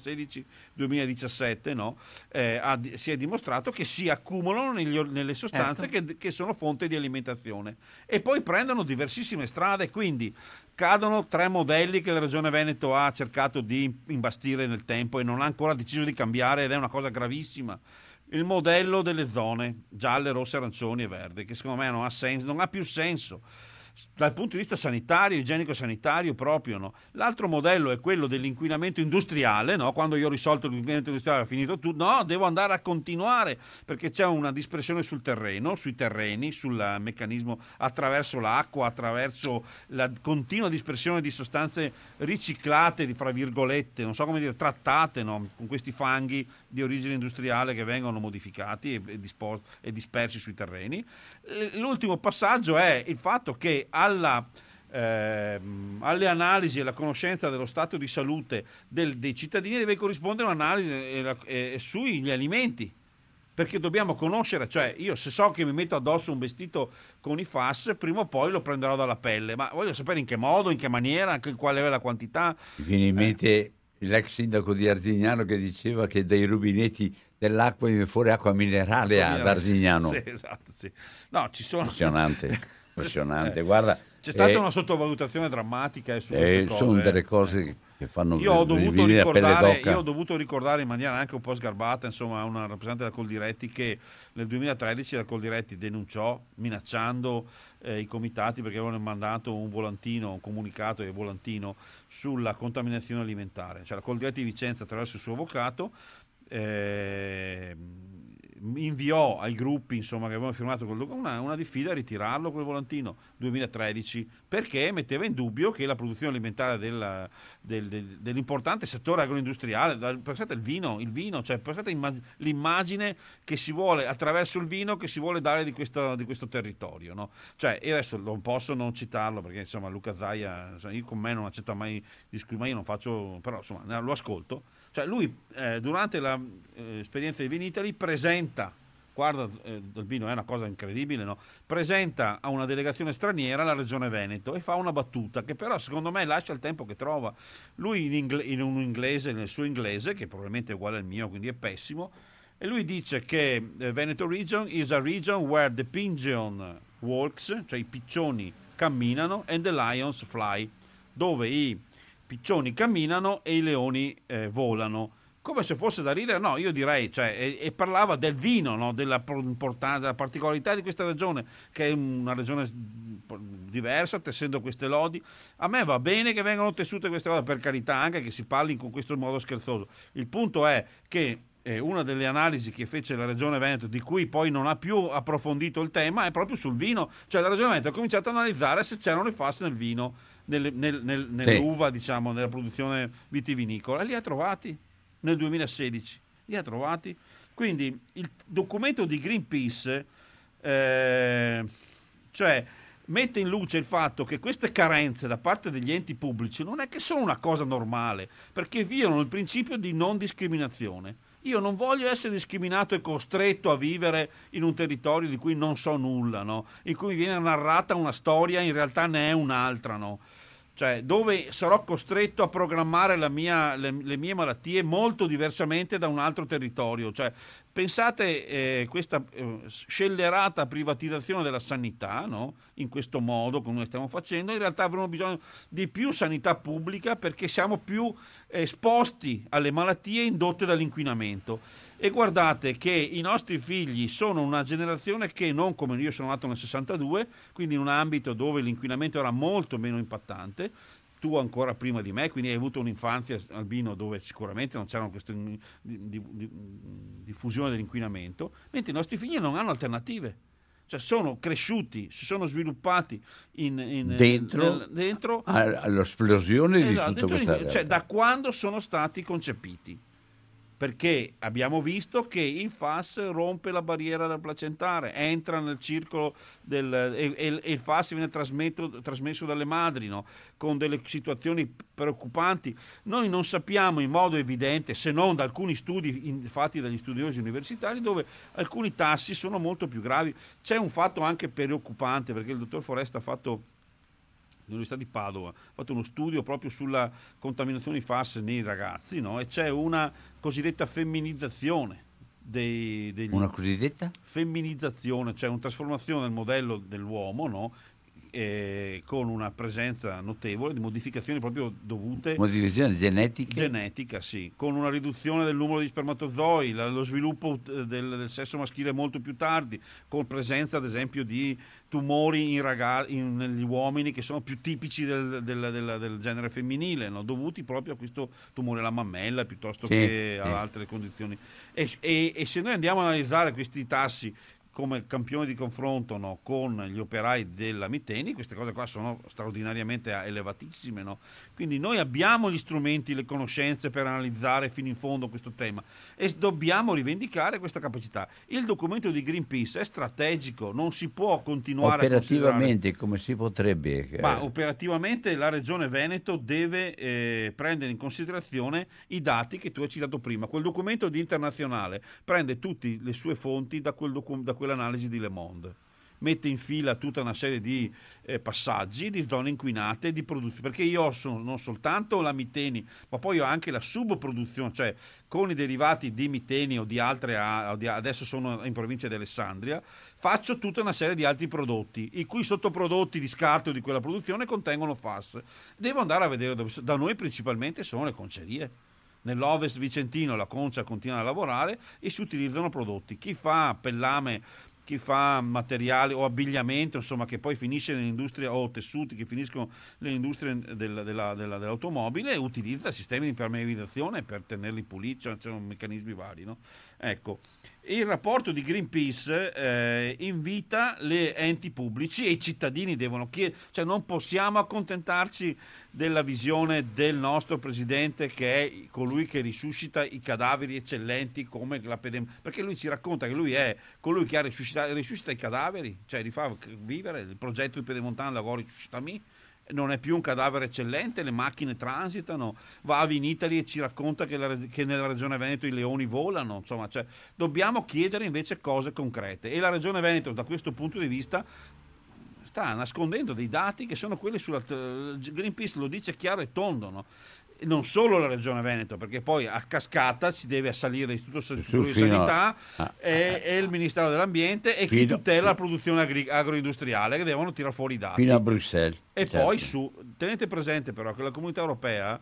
2016-2017, no? Si è dimostrato che si accumulano nelle sostanze che sono fonte di alimentazione e poi prendono diversissime strade, quindi cadono 3 modelli che la Regione Veneto ha cercato di imbastire nel tempo e non ha ancora deciso di cambiare, ed è una cosa gravissima. Il modello delle zone gialle, rosse, arancioni e verde, che secondo me non ha più senso dal punto di vista sanitario, igienico-sanitario proprio, no? L'altro modello è quello dell'inquinamento industriale, no? Quando io ho risolto l'inquinamento industriale è finito tutto, no, devo andare a continuare perché c'è una dispersione sul terreno, sui terreni, sul meccanismo attraverso l'acqua, attraverso la continua dispersione di sostanze riciclate, fra virgolette, non so come dire, trattate, no? Con questi fanghi di origine industriale che vengono modificati e dispersi sui terreni. L'ultimo passaggio è il fatto che alle analisi e alla conoscenza dello stato di salute dei cittadini deve corrispondere un'analisi sugli alimenti, perché dobbiamo conoscere, cioè io se so che mi metto addosso un vestito con i FAS, prima o poi lo prenderò dalla pelle, ma voglio sapere in che modo, in che maniera, anche qual è la quantità. Mi viene in mente l'ex sindaco di Arzignano che diceva che dai rubinetti dell'acqua viene fuori acqua minerale ad Arzignano. Sì, esatto, sì. No, ci sono... Impressionante, guarda. C'è stata una sottovalutazione drammatica su queste cose. Sono delle cose che fanno Io ho venire la pelle d'oca. ho dovuto ricordare in maniera anche un po' sgarbata, insomma, a una rappresentante della Coldiretti che nel 2013 la Coldiretti denunciò minacciando i comitati perché avevano mandato un volantino, un comunicato e volantino sulla contaminazione alimentare. Cioè la Coldiretti di Vicenza, attraverso il suo avvocato, inviò ai gruppi, insomma, che avevano firmato una diffida a ritirarlo quel volantino 2013 perché metteva in dubbio che la produzione alimentare dell'importante settore agroindustriale, pensate il vino, cioè pensate l'immagine che si vuole attraverso il vino che si vuole dare di questo territorio, no? Cioè, io adesso non posso non citarlo perché insomma Luca Zaia, insomma, io con me non accetta mai discussione, ma io non faccio, però insomma lo ascolto. Cioè lui durante l'esperienza di Vinitaly presenta, guarda, del vino è una cosa incredibile, no? Presenta a una delegazione straniera la regione Veneto e fa una battuta che però secondo me lascia il tempo che trova. Lui nel suo inglese, che probabilmente è uguale al mio, quindi è pessimo, e lui dice che Veneto region is a region where the pigeon walks, cioè i piccioni camminano, and the lions fly, dove i piccioni camminano e i leoni volano, come se fosse da ridere. No, io direi, cioè, e parlava del vino, no? Della importanza, della particolarità di questa regione, che è una regione diversa, tessendo queste lodi. A me va bene che vengano tessute queste cose, per carità, anche che si parli con questo modo scherzoso. Il punto è che una delle analisi che fece la regione Veneto, di cui poi non ha più approfondito il tema, è proprio sul vino. Cioè la regione Veneto ha cominciato a analizzare se c'erano le FAS nel vino, nell'uva, diciamo, nella produzione vitivinicola. Li ha trovati nel 2016. Li ha trovati. Quindi il documento di Greenpeace cioè mette in luce il fatto che queste carenze da parte degli enti pubblici non è che sono una cosa normale, perché violano il principio di non discriminazione. Io non voglio essere discriminato e costretto a vivere in un territorio di cui non so nulla, no? In cui mi viene narrata una storia, in realtà ne è un'altra, no? Cioè, dove sarò costretto a programmare le mie malattie molto diversamente da un altro territorio. Cioè, pensate questa scellerata privatizzazione della sanità, no? In questo modo, come noi stiamo facendo, in realtà avremo bisogno di più sanità pubblica perché siamo più esposti alle malattie indotte dall'inquinamento. E guardate che i nostri figli sono una generazione che non come io sono nato nel 62, quindi in un ambito dove l'inquinamento era molto meno impattante, tu ancora prima di me, quindi hai avuto un'infanzia, Albino, dove sicuramente non c'era questa diffusione dell'inquinamento, mentre i nostri figli non hanno alternative. Cioè sono cresciuti, si sono sviluppati dentro all'esplosione esatto, di tutto questo. Cioè da quando sono stati concepiti. Perché abbiamo visto che il FAS rompe la barriera del placentare, entra nel circolo e il FAS viene trasmesso dalle madri, no? Con delle situazioni preoccupanti. Noi non sappiamo in modo evidente, se non da alcuni studi fatti dagli studiosi universitari, dove alcuni tassi sono molto più gravi. C'è un fatto anche preoccupante, perché il dottor Foresta ha fatto all'Università di Padova, ha fatto uno studio proprio sulla contaminazione di FAS nei ragazzi, no? E c'è una cosiddetta femminizzazione una cosiddetta? Femminizzazione, cioè una trasformazione del modello dell'uomo, no? Con una presenza notevole di modificazioni proprio dovute. Modificazione genetica, sì, con una riduzione del numero di spermatozoi, lo sviluppo del sesso maschile molto più tardi, con presenza ad esempio di tumori negli uomini che sono più tipici del genere femminile, no? Dovuti proprio a questo tumore alla mammella piuttosto che a altre condizioni. E se noi andiamo a analizzare questi tassi come campione di confronto, no, con gli operai della Miteni, queste cose qua sono straordinariamente elevatissime, no? Quindi noi abbiamo gli strumenti, le conoscenze per analizzare fino in fondo questo tema e dobbiamo rivendicare questa capacità. Il documento di Greenpeace è strategico, non si può continuare operativamente come si potrebbe? Ma operativamente la Regione Veneto deve prendere in considerazione i dati che tu hai citato prima. Quel documento di internazionale prende tutte le sue fonti da quell'analisi di Le Monde. mette in fila tutta una serie di passaggi, di zone inquinate, di produzione, perché io ho non soltanto la miteni, ma poi ho anche la subproduzione, cioè con i derivati di miteni o di altre, adesso sono in provincia di Alessandria, faccio tutta una serie di altri prodotti, i cui sottoprodotti di scarto di quella produzione contengono FAS. Devo andare a vedere dove, da noi principalmente sono le concerie. Nell'Ovest vicentino la concia continua a lavorare e si utilizzano prodotti. Chi fa pellame, chi fa materiali o abbigliamento, insomma, che poi finisce nell'industria, o tessuti che finiscono nell'industria dell'automobile, utilizza sistemi di impermeabilizzazione per tenerli puliti, cioè c'erano meccanismi vari, no? Ecco. Il rapporto di Greenpeace invita le enti pubblici e i cittadini devono chiedere, cioè non possiamo accontentarci della visione del nostro presidente che è colui che risuscita i cadaveri eccellenti come la perché lui ci racconta che lui è colui che risuscita i cadaveri, cioè li fa vivere. Il progetto di Pedemontana Lavori Risuscitami non è più un cadavere eccellente, le macchine transitano, va a Vinitaly e ci racconta che nella regione Veneto i leoni volano, insomma, cioè, dobbiamo chiedere invece cose concrete e la regione Veneto da questo punto di vista sta nascondendo dei dati che sono quelli sulla Greenpeace lo dice chiaro e tondo, no? Non solo la regione Veneto, perché poi a cascata si deve assalire l'Istituto Superiore di Sanità e il Ministero dell'Ambiente e chi tutela la produzione agroindustriale che devono tirare fuori i dati fino a Bruxelles. E certo. poi tenete presente però che la Comunità Europea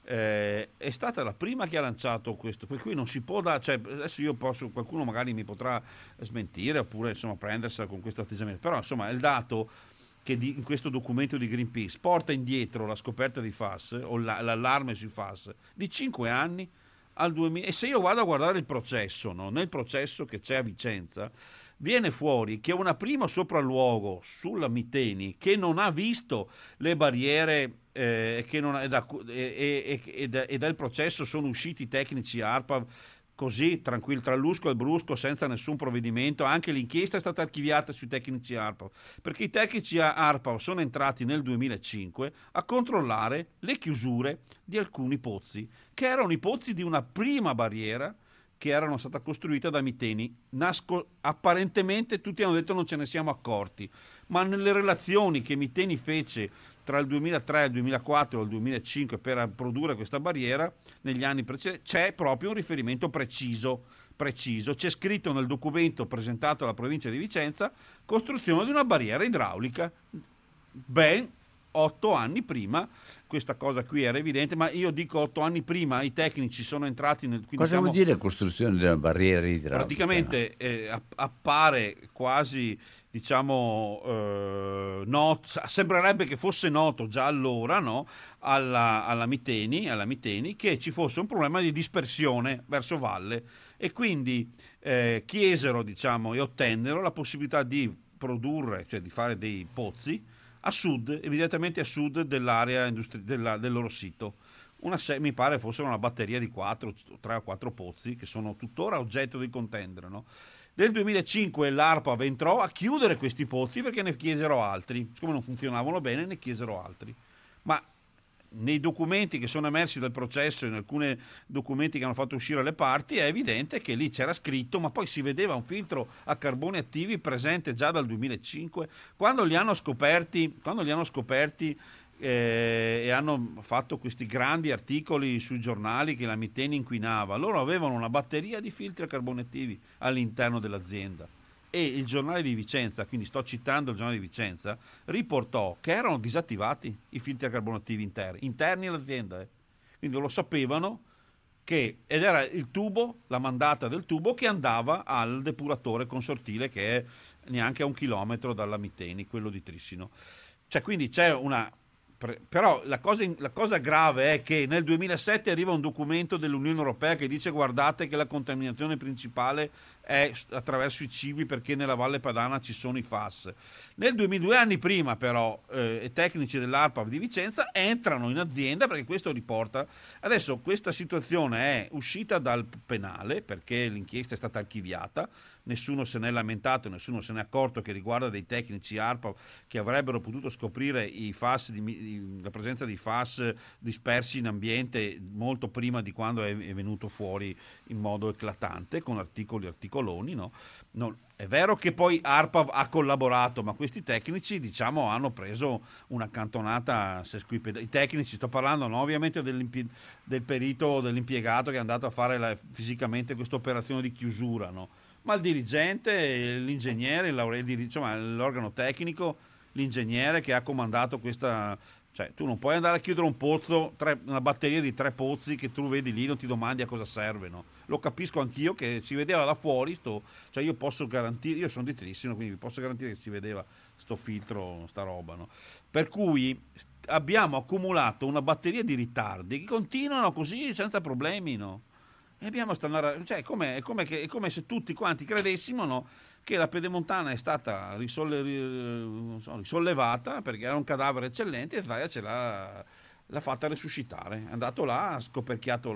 è stata la prima che ha lanciato questo, per cui non si può cioè, adesso qualcuno magari mi potrà smentire oppure insomma prendersela con questo atteggiamento, però insomma il dato che in questo documento di Greenpeace porta indietro la scoperta di FAS o l'allarme sui FAS di 5 anni al 2000. E se io vado a guardare il processo, no? Nel processo che c'è a Vicenza viene fuori che una prima sopralluogo sulla Miteni che non ha visto le barriere e dal processo sono usciti tecnici ARPA così tranquillo tra il lusco e il brusco senza nessun provvedimento. Anche l'inchiesta è stata archiviata sui tecnici ARPA perché i tecnici ARPA sono entrati nel 2005 a controllare le chiusure di alcuni pozzi che erano i pozzi di una prima barriera che erano stata costruita da Miteni. Apparentemente tutti hanno detto non ce ne siamo accorti, ma nelle relazioni che Miteni fece tra il 2003, il 2004 e il 2005 per produrre questa barriera negli anni precedenti c'è proprio un riferimento preciso. C'è scritto nel documento presentato alla provincia di Vicenza costruzione di una barriera idraulica ben 8 anni prima. Questa cosa qui era evidente, ma io dico 8 anni prima i tecnici sono entrati nel... Cosa vuol dire costruzione della barriera idraulica? Praticamente appare quasi, diciamo, sembrerebbe che fosse noto già allora, no? alla Miteni che ci fosse un problema di dispersione verso valle e quindi chiesero, diciamo, e ottennero la possibilità di produrre, cioè di fare dei pozzi a sud, immediatamente a sud dell'area del loro sito. Mi pare fossero una batteria di 3 o 4 pozzi che sono tuttora oggetto di contendere, no? Nel 2005 l'ARPA entrò a chiudere questi pozzi perché ne chiesero altri, siccome non funzionavano bene ne chiesero altri, ma nei documenti che sono emersi dal processo, in alcuni documenti che hanno fatto uscire le parti, è evidente che lì c'era scritto, ma poi si vedeva un filtro a carboni attivi presente già dal 2005. Quando li hanno scoperti e hanno fatto questi grandi articoli sui giornali che la Miteni inquinava, loro avevano una batteria di filtri a carboni attivi all'interno dell'azienda. E il giornale di Vicenza, quindi sto citando il giornale di Vicenza, riportò che erano disattivati i filtri a carbono attivi interni all'azienda. Quindi lo sapevano ed era il tubo, la mandata del tubo che andava al depuratore consortile che è neanche a 1 chilometro dalla Miteni, quello di Trissino. Cioè, quindi c'è una... Però la cosa grave è che nel 2007 arriva un documento dell'Unione Europea che dice guardate che la contaminazione principale è attraverso i cibi perché nella Valle Padana ci sono i FAS. Nel 2002 anni prima però i tecnici dell'ARPA di Vicenza entrano in azienda perché questo riporta. Adesso questa situazione è uscita dal penale perché l'inchiesta è stata archiviata, nessuno se n'è lamentato, nessuno se n'è accorto che riguarda dei tecnici ARPA che avrebbero potuto scoprire i FAS la presenza di FAS dispersi in ambiente molto prima di quando è venuto fuori in modo eclatante con articoloni, no? È vero che poi ARPA ha collaborato, ma questi tecnici, diciamo, hanno preso una cantonata sesquipedale. I tecnici, sto parlando, no, ovviamente del perito, dell'impiegato che è andato a fare fisicamente questa operazione di chiusura, no? Ma il dirigente, l'ingegnere, insomma, l'organo tecnico, l'ingegnere che ha comandato questa. Cioè, tu non puoi andare a chiudere un pozzo, una batteria di 3 pozzi che tu vedi lì, non ti domandi a cosa serve, no? Lo capisco anch'io che si vedeva da fuori, cioè io posso garantire, io sono di Trissino, quindi vi posso garantire che si vedeva sto filtro, sta roba, no? Per cui abbiamo accumulato una batteria di ritardi che continuano così senza problemi, no? E abbiamo cioè, è come se tutti quanti credessimo, no, che la Pedemontana è stata risollevata perché era un cadavere eccellente e Zaia l'ha fatta resuscitare. È andato là, ha scoperchiato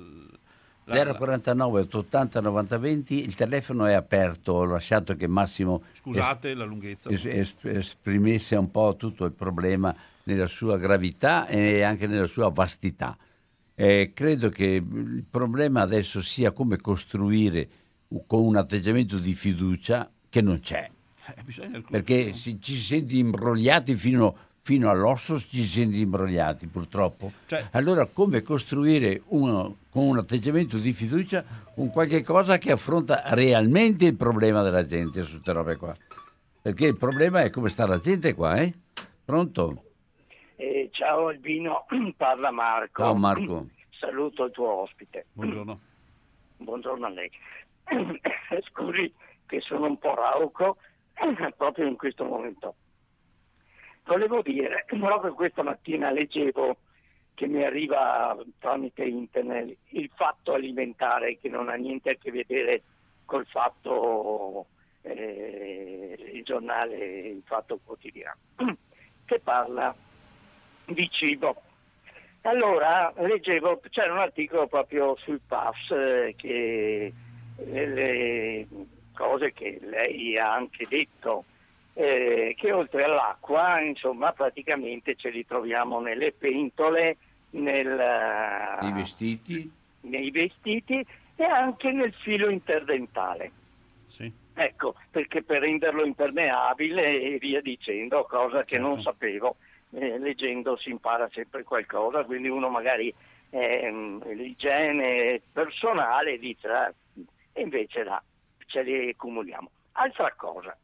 049 880 90 20, il telefono è aperto, ho lasciato che Massimo scusate la lunghezza esprimesse un po' tutto il problema nella sua gravità e anche nella sua vastità. Credo che il problema adesso sia come costruire con un atteggiamento di fiducia che non c'è, perché ci si sente imbrogliati fino all'osso, ci si sente imbrogliati purtroppo. Allora come costruire con un atteggiamento di fiducia un qualche cosa che affronta realmente il problema della gente su queste robe qua, perché il problema è come sta la gente qua, Pronto? Ciao Albino, parla Marco. Ciao Marco. Saluto il tuo ospite. Buongiorno. Buongiorno a lei. Scusi che sono un po' rauco proprio in questo momento. Volevo dire, proprio questa mattina leggevo che mi arriva tramite internet il Fatto Alimentare, che non ha niente a che vedere col fatto, il giornale, il Fatto Quotidiano, che parla di cibo. Allora leggevo, c'era un articolo proprio sul PAFS che le cose che lei ha anche detto, che oltre all'acqua, insomma, praticamente ce li troviamo nelle pentole, nei vestiti e anche nel filo interdentale. Sì. Ecco, perché per renderlo impermeabile e via dicendo, cosa che non sapevo. Leggendo si impara sempre qualcosa, quindi uno magari l'igiene personale dice e invece là ce li accumuliamo. Altra cosa,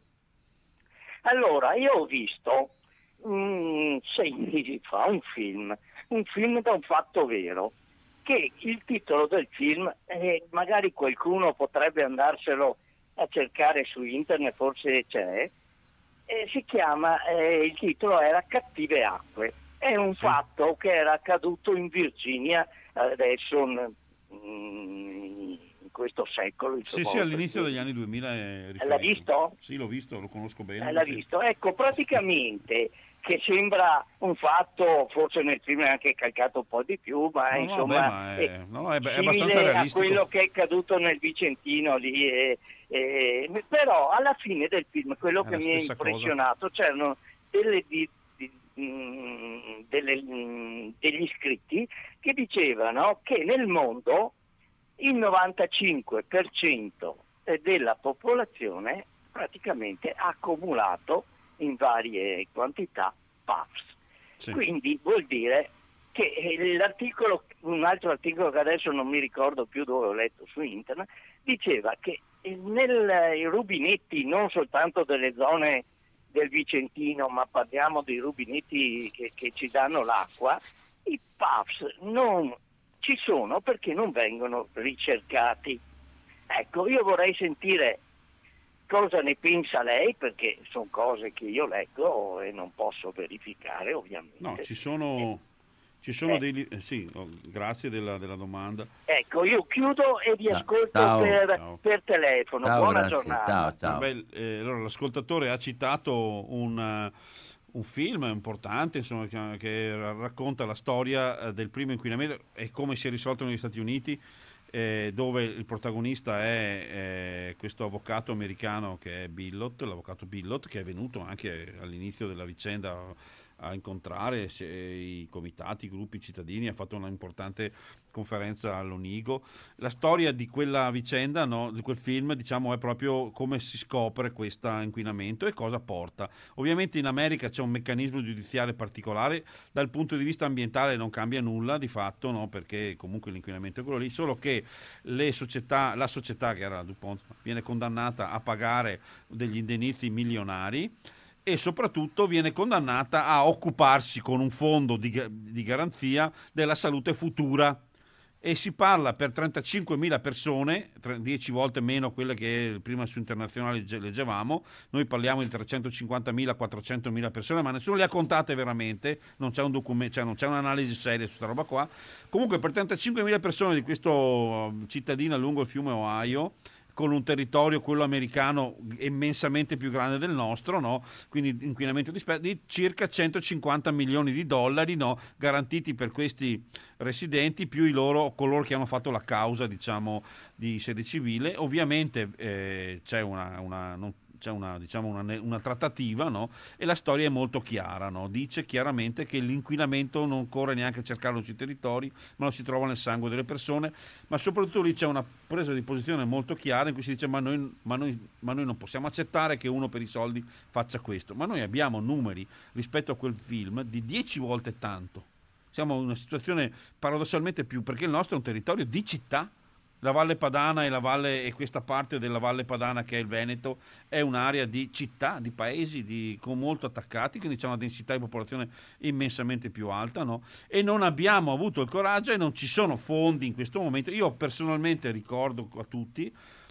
allora io ho visto 6 mesi fa un film da un fatto vero, che il titolo del film, magari qualcuno potrebbe andarselo a cercare su internet, forse c'è, si chiama, il titolo era Cattive acque. È un fatto che era accaduto in Virginia adesso in questo secolo. Sì, all'inizio degli anni 2000. L'ha visto? Sì, l'ho visto, lo conosco bene. L'ha visto? Ecco, praticamente che sembra un fatto, forse nel film è anche calcato un po' di più, ma è abbastanza realistico. A quello che è accaduto nel Vicentino lì, però alla fine del film quello che mi ha impressionato, c'erano degli scritti che dicevano che nel mondo il 95% della popolazione praticamente ha accumulato in varie quantità PAFs. Sì. Quindi vuol dire che un altro articolo che adesso non mi ricordo più dove ho letto su internet, diceva che nei rubinetti, non soltanto delle zone del Vicentino, ma parliamo dei rubinetti che ci danno l'acqua, i PAFs non ci sono perché non vengono ricercati. Ecco, io vorrei sentire cosa ne pensa lei, perché sono cose che io leggo e non posso verificare, ovviamente. No, ci sono dei. Sì, grazie della domanda. Ecco, io chiudo e vi ascolto per telefono. Ciao, Buona grazie. giornata. Ciao. Allora, l'ascoltatore ha citato un film importante, insomma, che racconta la storia del primo inquinamento e come si è risolto negli Stati Uniti, dove il protagonista è questo avvocato americano che è l'avvocato Billot, che è venuto anche all'inizio della vicenda a incontrare i comitati, i gruppi cittadini, ha fatto una importante conferenza all'Onigo. La storia di quella vicenda, no, di quel film, diciamo, è proprio come si scopre questo inquinamento e cosa porta. Ovviamente in America c'è un meccanismo giudiziario particolare, dal punto di vista ambientale non cambia nulla di fatto, no, perché comunque l'inquinamento è quello lì, solo che la società che era DuPont viene condannata a pagare degli indennizzi milionari e soprattutto viene condannata a occuparsi con un fondo di garanzia della salute futura. E si parla per 35.000 persone, 10 volte meno quelle che prima su Internazionale leggevamo. Noi parliamo di 350.000, 400.000 persone, ma nessuno le ha contate veramente, non c'è un documento, cioè non c'è un'analisi seria su questa roba qua. Comunque per 35.000 persone di questo cittadino lungo il fiume Ohio, con un territorio, quello americano, immensamente più grande del nostro, no? Quindi inquinamento di circa 150 milioni di dollari, no? Garantiti per questi residenti, più coloro che hanno fatto la causa, diciamo, di sede civile. Ovviamente c'è una trattativa, no? E la storia è molto chiara, no? Dice chiaramente che l'inquinamento non corre neanche a cercarlo sui territori, ma lo si trova nel sangue delle persone, ma soprattutto lì c'è una presa di posizione molto chiara in cui si dice ma noi non possiamo accettare che uno per i soldi faccia questo, ma noi abbiamo numeri rispetto a quel film di 10 volte tanto. Siamo in una situazione paradossalmente più, perché il nostro è un territorio di città. La Valle Padana e questa parte della Valle Padana che è il Veneto è un'area di città, di paesi con molto attaccati, quindi c'è una densità di popolazione immensamente più alta, no? E non abbiamo avuto il coraggio e non ci sono fondi in questo momento. Io personalmente ricordo a tutti,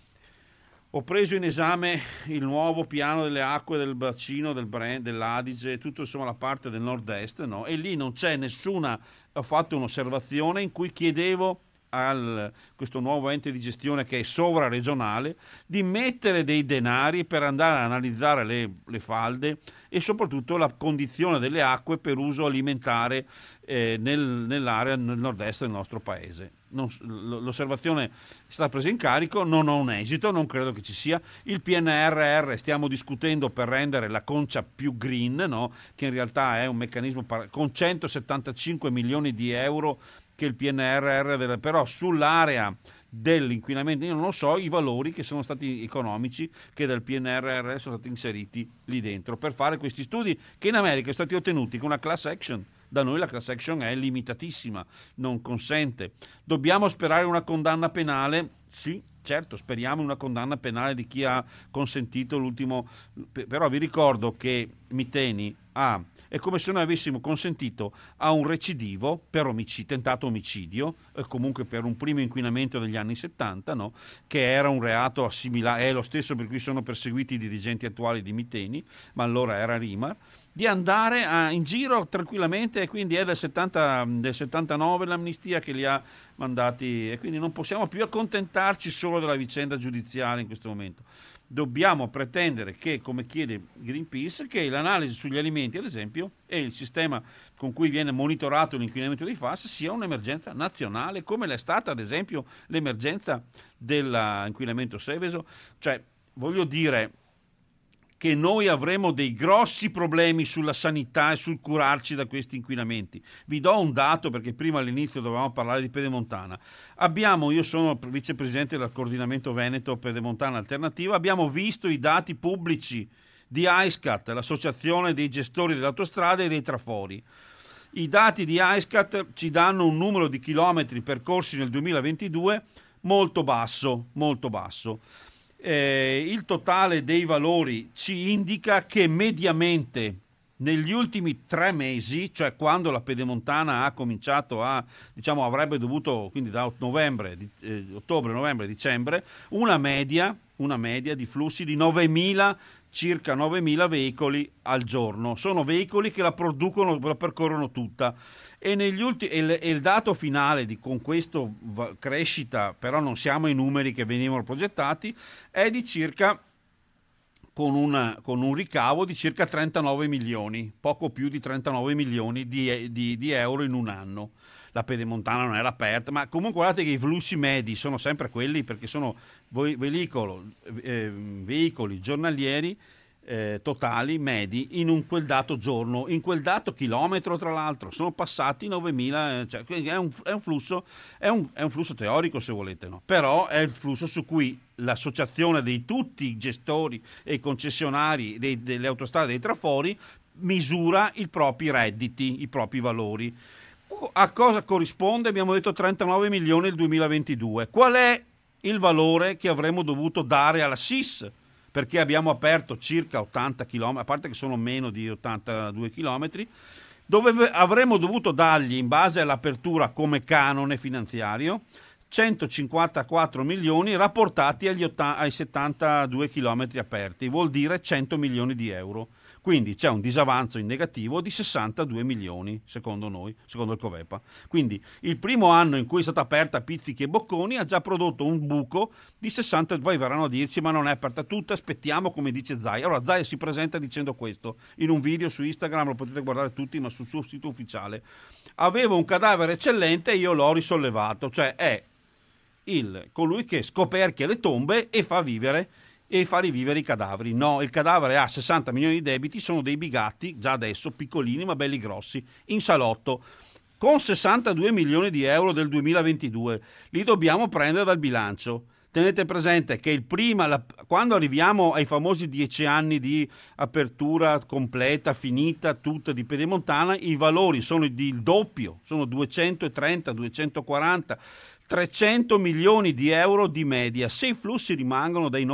ho preso in esame il nuovo piano delle acque del bacino del Brent, dell'Adige, tutto insomma la parte del nord-est, no? E lì non c'è nessuna, ho fatto un'osservazione in cui chiedevo questo nuovo ente di gestione che è sovraregionale di mettere dei denari per andare a analizzare le falde e soprattutto la condizione delle acque per uso alimentare nell'area nel nord-est del nostro paese. L'osservazione è stata presa in carico, non ho un esito, non credo che ci sia. Il PNRR stiamo discutendo per rendere la Concia più green, no? Che in realtà è un meccanismo con 175 milioni di euro che il PNRR, però sull'area dell'inquinamento io non lo so i valori che sono stati economici che dal PNRR sono stati inseriti lì dentro per fare questi studi che in America sono stati ottenuti con una class action. Da noi la class action è limitatissima, non consente. Dobbiamo sperare una condanna penale? Sì, certo, speriamo una condanna penale di chi ha consentito l'ultimo, però vi ricordo che Miteni è come se noi avessimo consentito a un recidivo per tentato omicidio, comunque per un primo inquinamento degli anni 70, no? Che era un reato assimilabile, è lo stesso per cui sono perseguiti i dirigenti attuali di Miteni, ma allora era Rimar, di andare in giro tranquillamente, e quindi è del 79 l'amnistia che li ha mandati, e quindi non possiamo più accontentarci solo della vicenda giudiziaria in questo momento. Dobbiamo pretendere che, come chiede Greenpeace, che l'analisi sugli alimenti, ad esempio, e il sistema con cui viene monitorato l'inquinamento dei FAS sia un'emergenza nazionale, come l'è stata, ad esempio, l'emergenza dell'inquinamento Seveso. Cioè, voglio dire che noi avremo dei grossi problemi sulla sanità e sul curarci da questi inquinamenti. Vi do un dato, perché prima all'inizio dovevamo parlare di Pedemontana. Io sono vicepresidente del coordinamento Veneto Pedemontana Alternativa, abbiamo visto i dati pubblici di ISCAT, l'associazione dei gestori delle autostrade e dei trafori. I dati di ISCAT ci danno un numero di chilometri percorsi nel 2022 molto basso. Il totale dei valori ci indica che mediamente negli ultimi 3 mesi, cioè quando la Pedemontana ha cominciato avrebbe dovuto, quindi da ottobre, novembre, dicembre, una media di flussi di circa 9.000 veicoli al giorno. Sono veicoli che la percorrono tutta. E il dato finale con questa crescita, però non siamo ai numeri che venivano progettati, è di circa con un ricavo di circa 39 milioni, poco più di 39 milioni di euro in un anno. La Pedemontana non era aperta, ma comunque guardate che i flussi medi sono sempre quelli, perché sono veicoli giornalieri totali medi in quel dato giorno, in quel dato chilometro, tra l'altro sono passati 9.000, cioè, è un flusso teorico, se volete, no? Però è il flusso su cui l'associazione di tutti i gestori e i concessionari delle autostrade, dei trafori, misura i propri redditi, i propri valori. A cosa corrisponde? Abbiamo detto 39 milioni nel 2022. Qual è il valore che avremmo dovuto dare alla SIS? Perché abbiamo aperto circa 80 km, a parte che sono meno di 82 km, dove avremmo dovuto dargli, in base all'apertura come canone finanziario, 154 milioni rapportati ai 72 km aperti, vuol dire 100 milioni di euro. Quindi c'è un disavanzo in negativo di 62 milioni, secondo noi, secondo il Covepa. Quindi il primo anno in cui è stata aperta Pizzichi e Bocconi ha già prodotto un buco di 60, poi verranno a dirci ma non è aperta tutta, aspettiamo, come dice Zai. Allora Zai si presenta dicendo questo in un video su Instagram, lo potete guardare tutti, ma sul suo sito ufficiale. Avevo un cadavere eccellente e io l'ho risollevato, cioè è colui che scoperchia le tombe e fa rivivere i cadaveri. No, il cadavere ha 60 milioni di debiti, sono dei bigatti, già adesso, piccolini ma belli grossi, in salotto, con 62 milioni di euro del 2022. Li dobbiamo prendere dal bilancio. Tenete presente che quando arriviamo ai famosi 10 anni di apertura completa, finita, tutta di Pedemontana, i valori sono il doppio, sono 230, 240, 300 milioni di euro di media. Se i flussi rimangono dai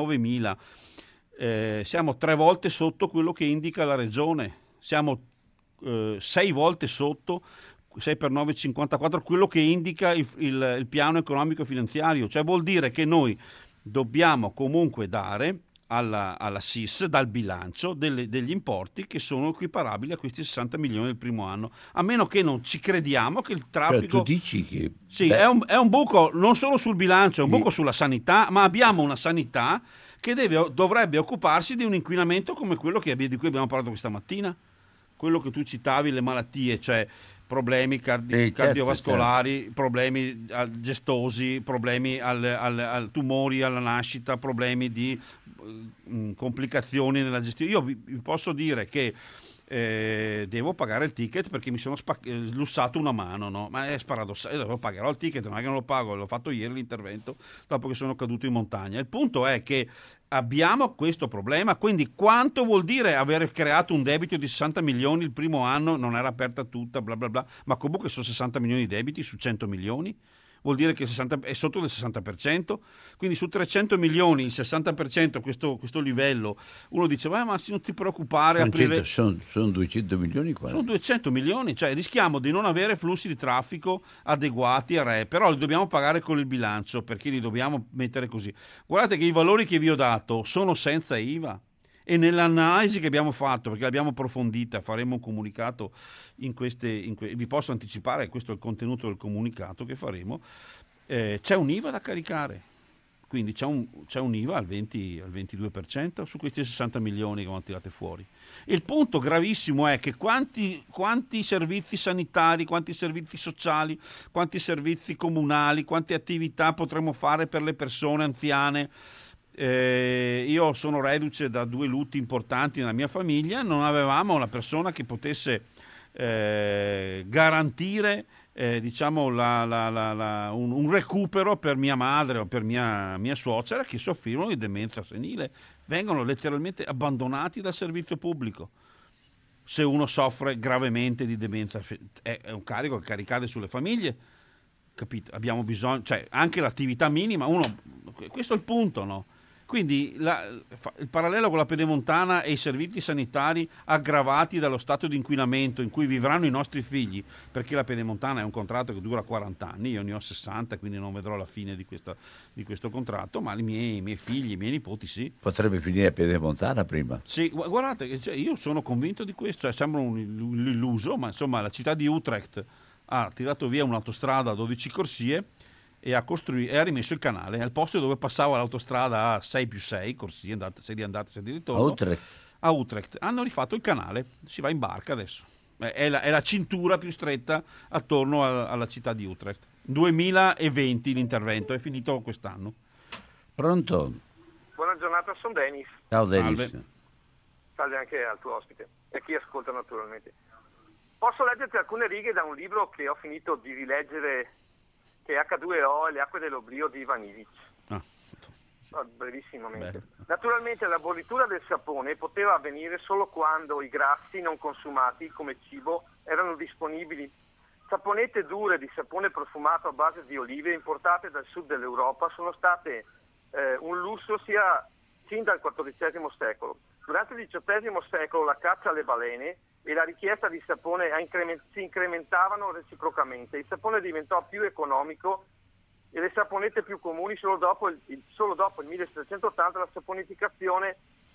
9.000, siamo 3 volte sotto quello che indica la regione, siamo 6 volte sotto, 6 per 9, 54, quello che indica il piano economico finanziario. Cioè vuol dire che noi dobbiamo comunque dare alla SIS dal bilancio degli importi che sono equiparabili a questi 60 milioni del primo anno, a meno che non ci crediamo che il traffico... Cioè, tu dici che... Sì, è un buco non solo sul bilancio, è un buco sulla sanità, ma abbiamo una sanità che dovrebbe occuparsi di un inquinamento come quello di cui abbiamo parlato questa mattina, quello che tu citavi, le malattie, cioè problemi cardiovascolari, certo. Problemi gestosi, problemi al tumori alla nascita, problemi di complicazioni nella gestione. Io vi posso dire che devo pagare il ticket perché mi sono slussato una mano, no? Ma è paradossale, pagherò il ticket, non è che non lo pago, l'ho fatto ieri l'intervento dopo che sono caduto in montagna. Il punto è che abbiamo questo problema, quindi quanto vuol dire aver creato un debito di 60 milioni il primo anno, non era aperta tutta, bla bla bla, ma comunque sono 60 milioni di debiti su 100 milioni, vuol dire che è sotto del 60%, quindi su 300 milioni il 60% questo livello, uno dice ma se non ti preoccupare, sono 200 milioni quasi. Sono 200 milioni, cioè rischiamo di non avere flussi di traffico adeguati però li dobbiamo pagare con il bilancio, perché li dobbiamo mettere così. Guardate che i valori che vi ho dato sono senza IVA. E nell'analisi che abbiamo fatto, perché l'abbiamo approfondita, faremo un comunicato vi posso anticipare, questo è il contenuto del comunicato che faremo, c'è un IVA da caricare, quindi c'è un IVA al 22% su questi 60 milioni che vanno tirate fuori. Il punto gravissimo è che quanti servizi sanitari, quanti servizi sociali, quanti servizi comunali, quante attività potremmo fare per le persone anziane. Io sono reduce da 2 lutti importanti nella mia famiglia, non avevamo una persona che potesse garantire un recupero per mia madre o per mia suocera che soffrirono di demenza senile, vengono letteralmente abbandonati dal servizio pubblico. Se uno soffre gravemente di demenza è un carico che caricate sulle famiglie, capito? Abbiamo bisogno, cioè anche l'attività minima, questo è il punto, no? Quindi il parallelo con la Pedemontana e i servizi sanitari aggravati dallo stato di inquinamento in cui vivranno i nostri figli, perché la Pedemontana è un contratto che dura 40 anni, io ne ho 60, quindi non vedrò la fine di questo contratto, ma i miei figli, i miei nipoti sì. Potrebbe finire a Pedemontana prima. Sì, guardate, io sono convinto di questo, sembra un illuso, ma insomma la città di Utrecht ha tirato via un'autostrada a 12 corsie e ha rimesso il canale al posto dove passava l'autostrada a 6+6 corsie, 6 di andata, 6 di ritorno. A Utrecht hanno rifatto il canale, si va in barca adesso, è la cintura più stretta attorno alla città di Utrecht. 2020 l'intervento, è finito quest'anno. Pronto? Buona giornata, sono Denis. Ciao Denis. Salve. salve anche al tuo ospite e a chi ascolta naturalmente. Posso leggerti alcune righe da un libro che ho finito di rileggere, che è H2O e le acque dell'oblio di Ivan Illich. Brevissimamente. Beh. Naturalmente l'abolitura del sapone poteva avvenire solo quando i grassi non consumati come cibo erano disponibili. Saponette dure di sapone profumato a base di olive importate dal sud dell'Europa sono state un lusso sin dal XIV secolo. Durante il XVIII secolo la caccia alle balene e la richiesta di sapone si incrementavano reciprocamente. Il sapone diventò più economico e le saponette più comuni solo dopo il 1780. La saponificazione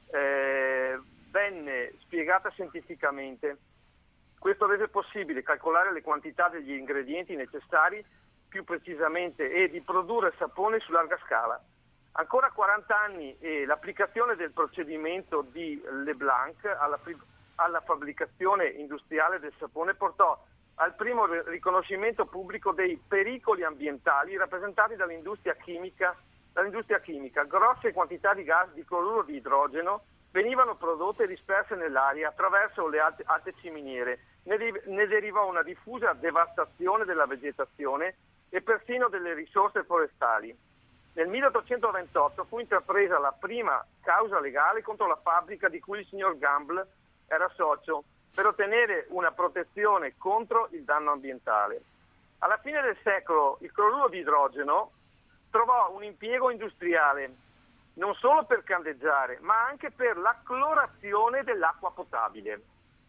venne spiegata scientificamente. Questo rese possibile calcolare le quantità degli ingredienti necessari più precisamente e di produrre sapone su larga scala. Ancora 40 anni e l'applicazione del procedimento di Leblanc alla fabbricazione industriale del sapone portò al primo riconoscimento pubblico dei pericoli ambientali rappresentati dall'industria chimica. Grosse quantità di gas di cloruro di idrogeno venivano prodotte e disperse nell'aria attraverso le alte ciminiere. Ne derivò una diffusa devastazione della vegetazione e persino delle risorse forestali. Nel 1828 fu intrapresa la prima causa legale contro la fabbrica di cui il signor Gamble era socio, per ottenere una protezione contro il danno ambientale. Alla fine del secolo il cloruro di idrogeno trovò un impiego industriale, non solo per candeggiare, ma anche per la clorazione dell'acqua potabile.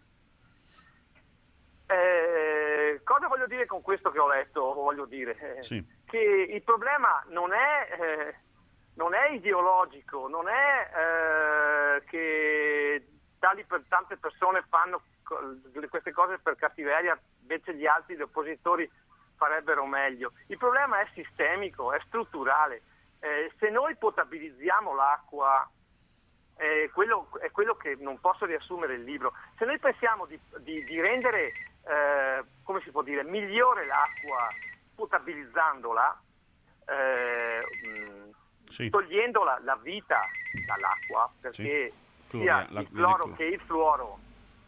Cosa voglio dire con questo che ho letto? Voglio dire che il problema non è ideologico, non è che tante persone fanno queste cose per cattiveria, invece gli altri, gli oppositori, farebbero meglio. Il problema è sistemico, è strutturale. Se noi potabilizziamo l'acqua, quello è quello che non posso riassumere il libro. Se noi pensiamo di rendere, come si può dire, migliore l'acqua potabilizzandola, togliendo la vita dall'acqua, perché sia il cloro che il fluoro,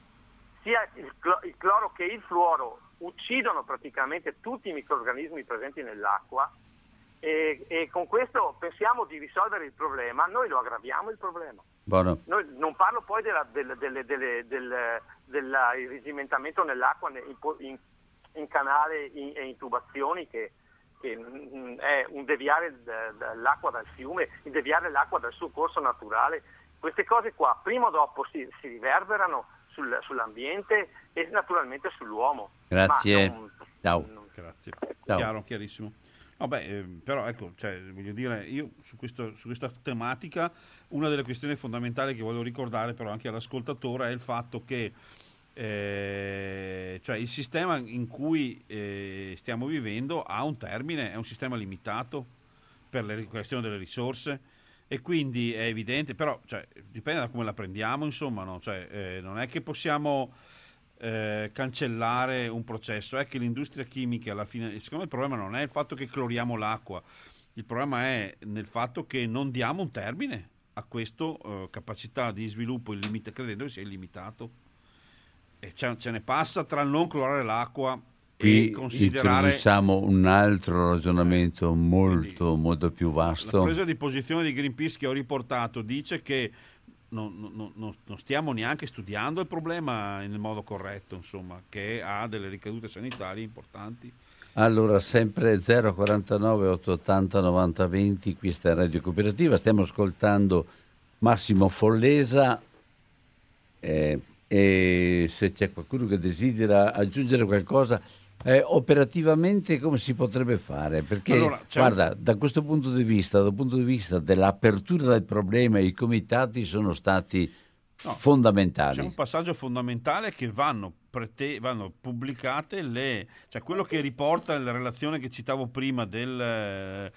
uccidono praticamente tutti i microrganismi presenti nell'acqua, e con questo pensiamo di risolvere il problema, noi lo aggraviamo il problema. Buono. Noi, non parlo poi del irrigimentamento nell'acqua in canale e in tubazioni, che è un deviare l'acqua dal fiume, il deviare l'acqua dal suo corso naturale. Queste cose qua prima o dopo si riverberano sull'ambiente e naturalmente sull'uomo. Grazie. Ciao. Grazie. Ciao. Chiarissimo. Però ecco, voglio dire, io su questa tematica una delle questioni fondamentali che voglio ricordare però anche all'ascoltatore è il fatto che il sistema in cui stiamo vivendo ha un termine, è un sistema limitato per le questioni delle risorse, e quindi è evidente, però dipende da come la prendiamo, insomma, no? Non è che possiamo cancellare un processo, è che l'industria chimica alla fine, secondo me il problema non è il fatto che cloriamo l'acqua, il problema è nel fatto che non diamo un termine a questo capacità di sviluppo illimitato, credendo che sia illimitato, e ce ne passa tra non clorare l'acqua qui e considerare, introduciamo un altro ragionamento molto più vasto. La presa di posizione di Greenpeace che ho riportato dice che non stiamo neanche studiando il problema nel modo corretto, insomma, che ha delle ricadute sanitarie importanti. Allora, sempre 049 880 90 20, questa è Radio Cooperativa, stiamo ascoltando Massimo Follesa, e se c'è qualcuno che desidera aggiungere qualcosa, operativamente come si potrebbe fare? Perché allora, guarda, da questo punto di vista, dal punto di vista dell'apertura del problema, i comitati sono stati fondamentali. C'è un passaggio fondamentale che vanno pubblicate quello che riporta la relazione che citavo prima del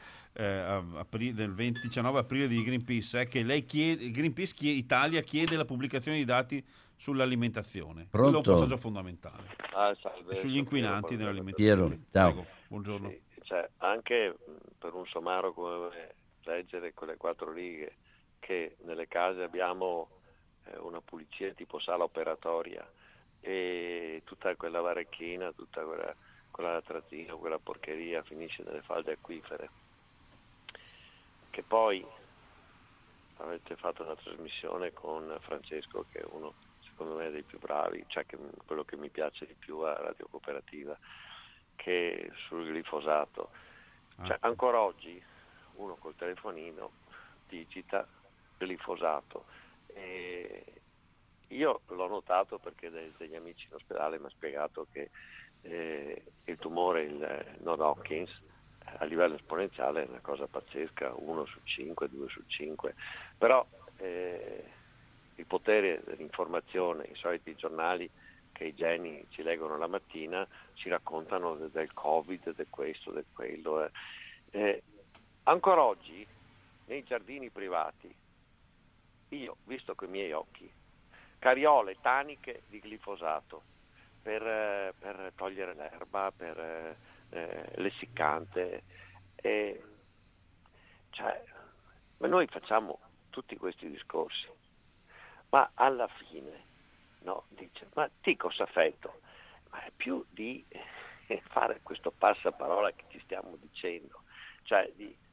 19 aprile di Greenpeace, è che Greenpeace Italia chiede la pubblicazione di dati sull'alimentazione. Pronto? Quello è un passaggio fondamentale. Salve, sugli inquinanti dell'alimentazione. Piero, ciao. Prego, buongiorno. Sì, anche per un somaro come leggere quelle 4 righe, che nelle case abbiamo una pulizia tipo sala operatoria e tutta quella varecchina, tutta quella attrazzino, quella porcheria finisce nelle falde acquifere. Che poi avete fatto una trasmissione con Francesco, che è uno secondo me dei più bravi, cioè quello che mi piace di più a Radio Cooperativa, che sul glifosato. Cioè, ancora oggi uno col telefonino digita glifosato. E io l'ho notato perché degli amici in ospedale mi ha spiegato che il tumore, il non-Hodgkin, a livello esponenziale è una cosa pazzesca, 1 su 5, 2 su 5, però il potere dell'informazione, i soliti giornali che i geni ci leggono la mattina, ci raccontano del Covid, del questo, del quello. Ancora oggi nei giardini privati, io visto con i miei occhi, cariole taniche di glifosato per togliere l'erba, per lessiccante, cioè, ma noi facciamo tutti questi discorsi, ma alla fine no, dice, ma ti cosa fetto? Ma è più di fare questo passaparola che ci stiamo dicendo, cioè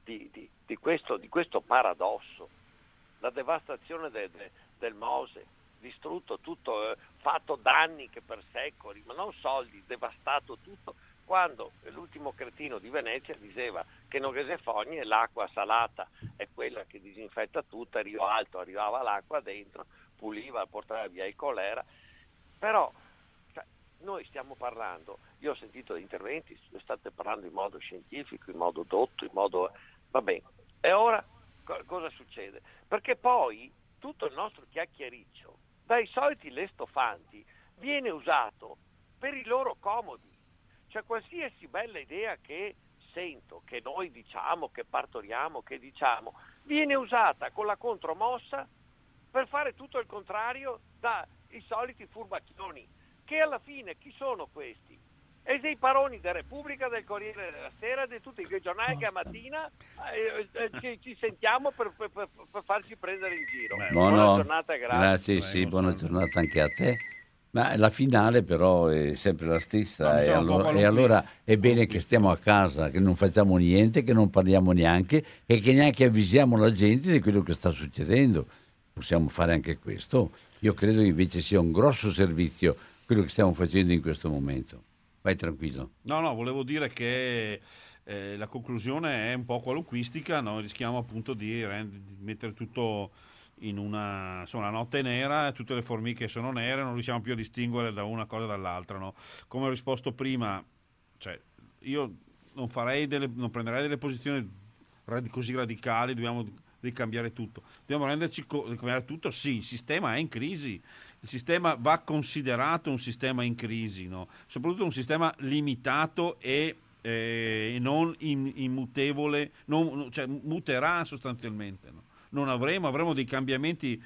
di questo paradosso, la devastazione del Mose, distrutto tutto, fatto danni che per secoli, ma non soldi, devastato tutto, quando l'ultimo cretino di Venezia diceva che non che se fogne l'acqua salata è quella che disinfetta tutto, a Rio Alto arrivava l'acqua dentro, puliva, portava via il colera. Però cioè, noi stiamo parlando, io ho sentito interventi, state parlando in modo scientifico, in modo dotto, in modo va bene, e ora cosa succede? Perché poi tutto il nostro chiacchiericcio dai soliti lestofanti viene usato per i loro comodi. Cioè qualsiasi bella idea che sento, che noi diciamo, che partoriamo, che diciamo, viene usata con la contromossa per fare tutto il contrario dai soliti furbacchioni, che alla fine chi sono questi? E dei paroni della Repubblica, del Corriere della Sera, di tutti i giornali che a mattina ci sentiamo per farci prendere in giro. Buona giornata, grazie. Grazie, sì, buona giornata anche a te. Ma la finale però è sempre la stessa, e allora è bene che stiamo a casa, che non facciamo niente, che non parliamo neanche e che neanche avvisiamo la gente di quello che sta succedendo. Possiamo fare anche questo. Io credo che invece sia un grosso servizio quello che stiamo facendo in questo momento. Vai tranquillo. No, volevo dire che la conclusione è un po' qualunquistica, noi rischiamo appunto di mettere tutto in una notte nera, tutte le formiche sono nere, non riusciamo più a distinguere da una cosa dall'altra, no? Come ho risposto prima, cioè io non prenderei delle posizioni così radicali, dobbiamo ricambiare tutto, dobbiamo renderci cambiare tutto. Sì, il sistema è in crisi, il sistema va considerato un sistema in crisi, no? Soprattutto un sistema limitato e non immutevole, cioè muterà sostanzialmente, no? Non avremo dei cambiamenti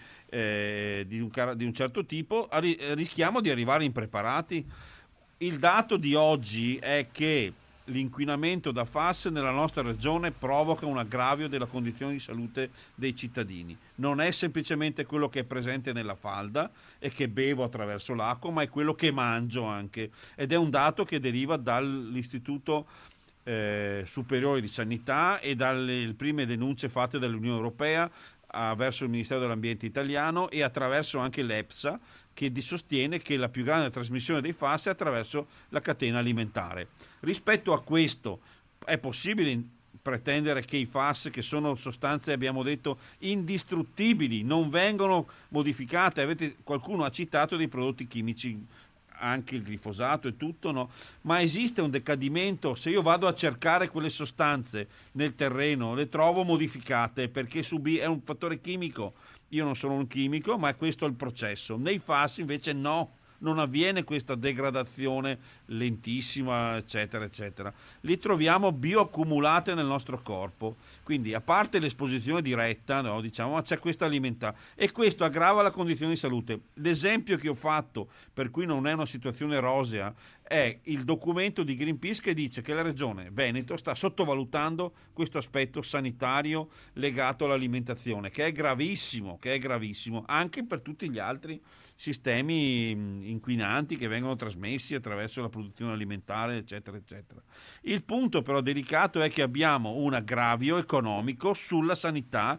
di un certo tipo, rischiamo di arrivare impreparati. Il dato di oggi è che l'inquinamento da FAS nella nostra regione provoca un aggravio della condizione di salute dei cittadini. Non è semplicemente quello che è presente nella falda e che bevo attraverso l'acqua, ma è quello che mangio anche, ed è un dato che deriva dall'Istituto Superiore di Sanità e dalle prime denunce fatte dall'Unione Europea verso il Ministero dell'Ambiente italiano e attraverso anche l'EPSA, che sostiene che la più grande trasmissione dei FAS è attraverso la catena alimentare. Rispetto a questo è possibile pretendere che i FAS, che sono sostanze, abbiamo detto, indistruttibili, non vengono modificate? Qualcuno ha citato dei prodotti chimici, anche il glifosato e tutto, no? Ma esiste un decadimento? Se io vado a cercare quelle sostanze nel terreno, le trovo modificate perché è un fattore chimico. Io non sono un chimico, ma questo è il processo. Nei FAS invece no, non avviene questa degradazione lentissima, eccetera, eccetera. Li troviamo bioaccumulate nel nostro corpo. Quindi, a parte l'esposizione diretta, no, diciamo, ma c'è questa alimentare. E questo aggrava la condizione di salute. L'esempio che ho fatto, per cui non è una situazione rosea, è il documento di Greenpeace che dice che la regione Veneto sta sottovalutando questo aspetto sanitario legato all'alimentazione, che è gravissimo anche per tutti gli altri sistemi inquinanti che vengono trasmessi attraverso la produzione alimentare, eccetera, eccetera. Il punto però delicato è che abbiamo un aggravio economico sulla sanità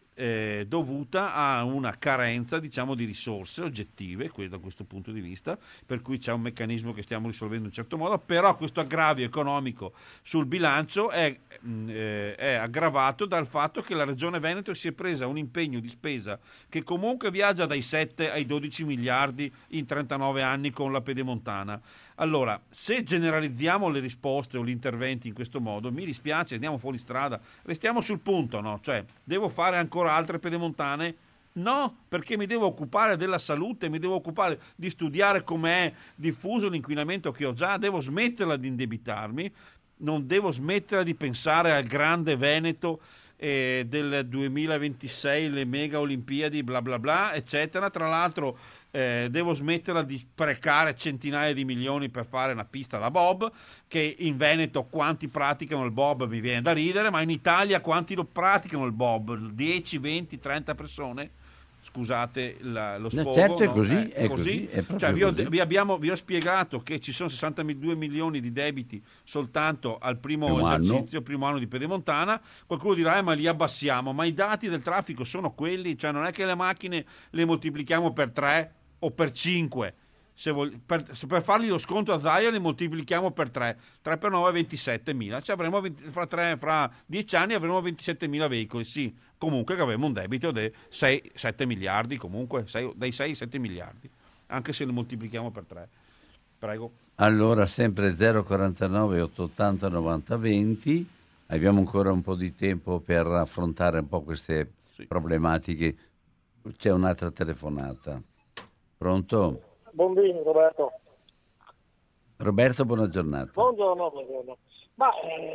dovuta a una carenza, diciamo, di risorse oggettive, da questo punto di vista, per cui c'è un meccanismo che stiamo risolvendo in un certo modo, però questo aggravio economico sul bilancio è aggravato dal fatto che la Regione Veneto si è presa un impegno di spesa che comunque viaggia dai 7 ai 12 miliardi in 39 anni con la Pedemontana. Allora, se generalizziamo le risposte o gli interventi in questo modo, mi dispiace, andiamo fuori strada, restiamo sul punto, no? Cioè, devo fare ancora altre pedemontane? No, perché mi devo occupare della salute, mi devo occupare di studiare com'è diffuso l'inquinamento che ho già, devo smetterla di indebitarmi, non devo smettere di pensare al grande Veneto del 2026, le mega olimpiadi, bla bla bla, eccetera. Tra l'altro devo smetterla di sprecare centinaia di milioni per fare una pista da bob, che in Veneto quanti praticano il bob mi viene da ridere, ma in Italia quanti lo praticano il bob? 10, 20, 30 persone? Scusate lo sfogo. Certo, no? È così. È cioè, così. vi ho spiegato che ci sono 62 milioni di debiti soltanto al primo anno di Pedemontana. Qualcuno dirà ma li abbassiamo, ma i dati del traffico sono quelli, cioè non è che le macchine le moltiplichiamo per 3 o per 5. Per fargli lo sconto a Zaia le moltiplichiamo per 3 per 9 27.000, cioè avremo fra 10 anni avremo 27.000 veicoli, sì, comunque che avremo un debito di 6-7 miliardi, comunque dai 6-7 miliardi, anche se le moltiplichiamo per 3. Prego. Allora, sempre 049 880 90 20, abbiamo ancora un po' di tempo per affrontare un po' queste problematiche. C'è un'altra telefonata. Pronto? Buongiorno Roberto. Roberto, buona giornata. Buongiorno. Ma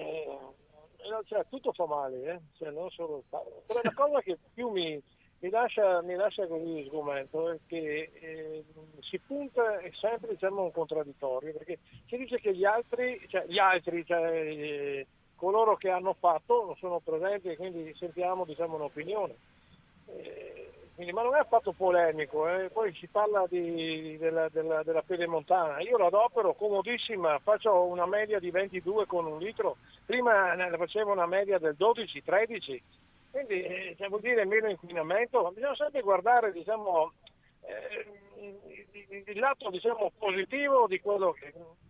cioè, tutto fa male, cioè, non solo però la cosa che più mi lascia così sgomento è che si punta sempre, diciamo, un contraddittorio, perché si dice che gli altri, coloro che hanno fatto non sono presenti e quindi sentiamo, diciamo, un'opinione. Quindi, ma non è affatto polemico, poi si parla della Pedemontana, io la adopero comodissima, faccio una media di 22 con un litro, prima ne facevo una media del 12-13, quindi vuol dire meno inquinamento, bisogna sempre guardare, diciamo, il lato, diciamo, positivo di quello che...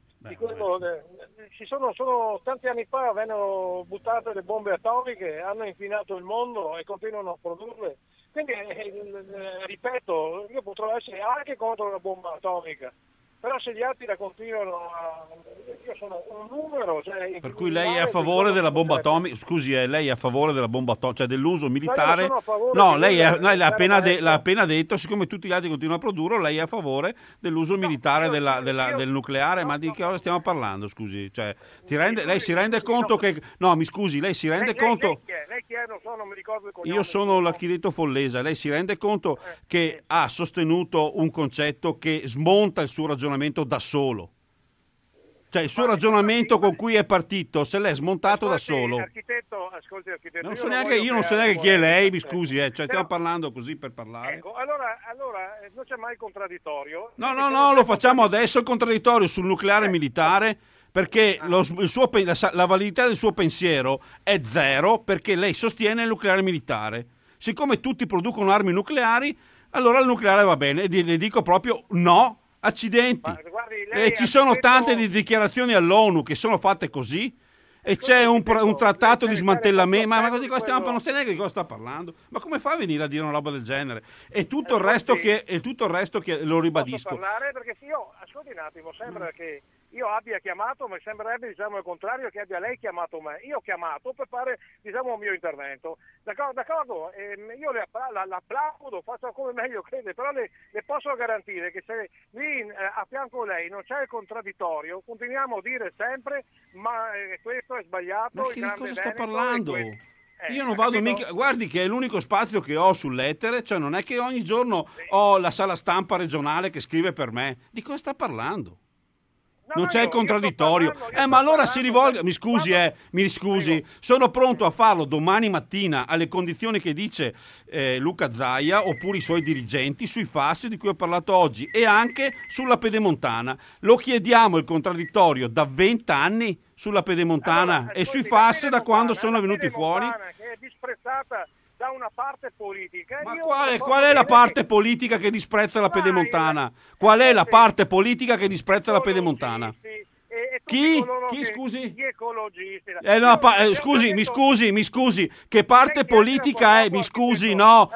sono tanti anni fa vennero buttate le bombe atomiche, hanno inquinato il mondo e continuano a produrle. Quindi, ripeto, io potrò essere anche contro la bomba atomica, però se gli altri la continuano io sono un numero. Cioè, per cui lei è a favore della bomba atomica? Scusi, lei è a favore della bomba atomica, cioè dell'uso militare? No, lei l'ha appena detto, siccome tutti gli altri continuano a produrre, lei è a favore dell'uso militare del nucleare, ma di che cosa stiamo parlando, scusi? Cioè, lei si rende conto che... No, mi scusi, lei si rende conto... Lei chi è? Non mi ricordo il cognome. Io sono l'architetto Follesa, lei si rende conto che ha sostenuto un concetto che smonta il suo ragionamento da solo? Cioè il suo ragionamento con cui è partito se l'è smontato da solo. Ascolti, architetto, non so neanche chi è lei, mi scusi, cioè stiamo parlando così per parlare. Ecco, allora non c'è mai il contraddittorio. No, lo facciamo adesso il contraddittorio sul nucleare militare, perché la validità del suo pensiero è zero, perché lei sostiene il nucleare militare. Siccome tutti producono armi nucleari, allora il nucleare va bene, e le dico proprio no. Accidenti. Ci sono tante dichiarazioni all'ONU che sono fatte così, e c'è un trattato di smantellamento, ma di cosa stiamo, non sa neanche di cosa sta parlando, ma come fa a venire a dire una roba del genere? E tutto il resto che lo ribadisco. Posso parlare? Perché ascolti un attimo, sembra che io abbia chiamato, ma sembrerebbe, diciamo, il contrario, che abbia lei chiamato me. Io ho chiamato per fare, diciamo, un mio intervento. D'accordo? Io l'applaudo, faccio come meglio crede, però le posso garantire che se lì a fianco a lei non c'è il contraddittorio, continuiamo a dire sempre ma questo è sbagliato. Ma di cosa sta parlando? Io non vado mica, guardi che è l'unico spazio che ho sull'etere, cioè non è che ogni giorno ho la sala stampa regionale che scrive per me. Di cosa sta parlando? Non c'è il contraddittorio. Ma allora si rivolga. Mi scusi, sono pronto a farlo domani mattina alle condizioni che dice Luca Zaia oppure i suoi dirigenti sui FAS di cui ho parlato oggi e anche sulla Pedemontana. Lo chiediamo il contraddittorio da 20 anni sulla Pedemontana e sui FAS da quando sono venuti fuori. Che è disprezzata da una parte politica. Ma qual è la parte politica che disprezza la Pedemontana? Qual è la parte politica che disprezza la Pedemontana? Chi, scusi? Gli ecologisti. Mi scusi, che parte politica è? Mi scusi, no,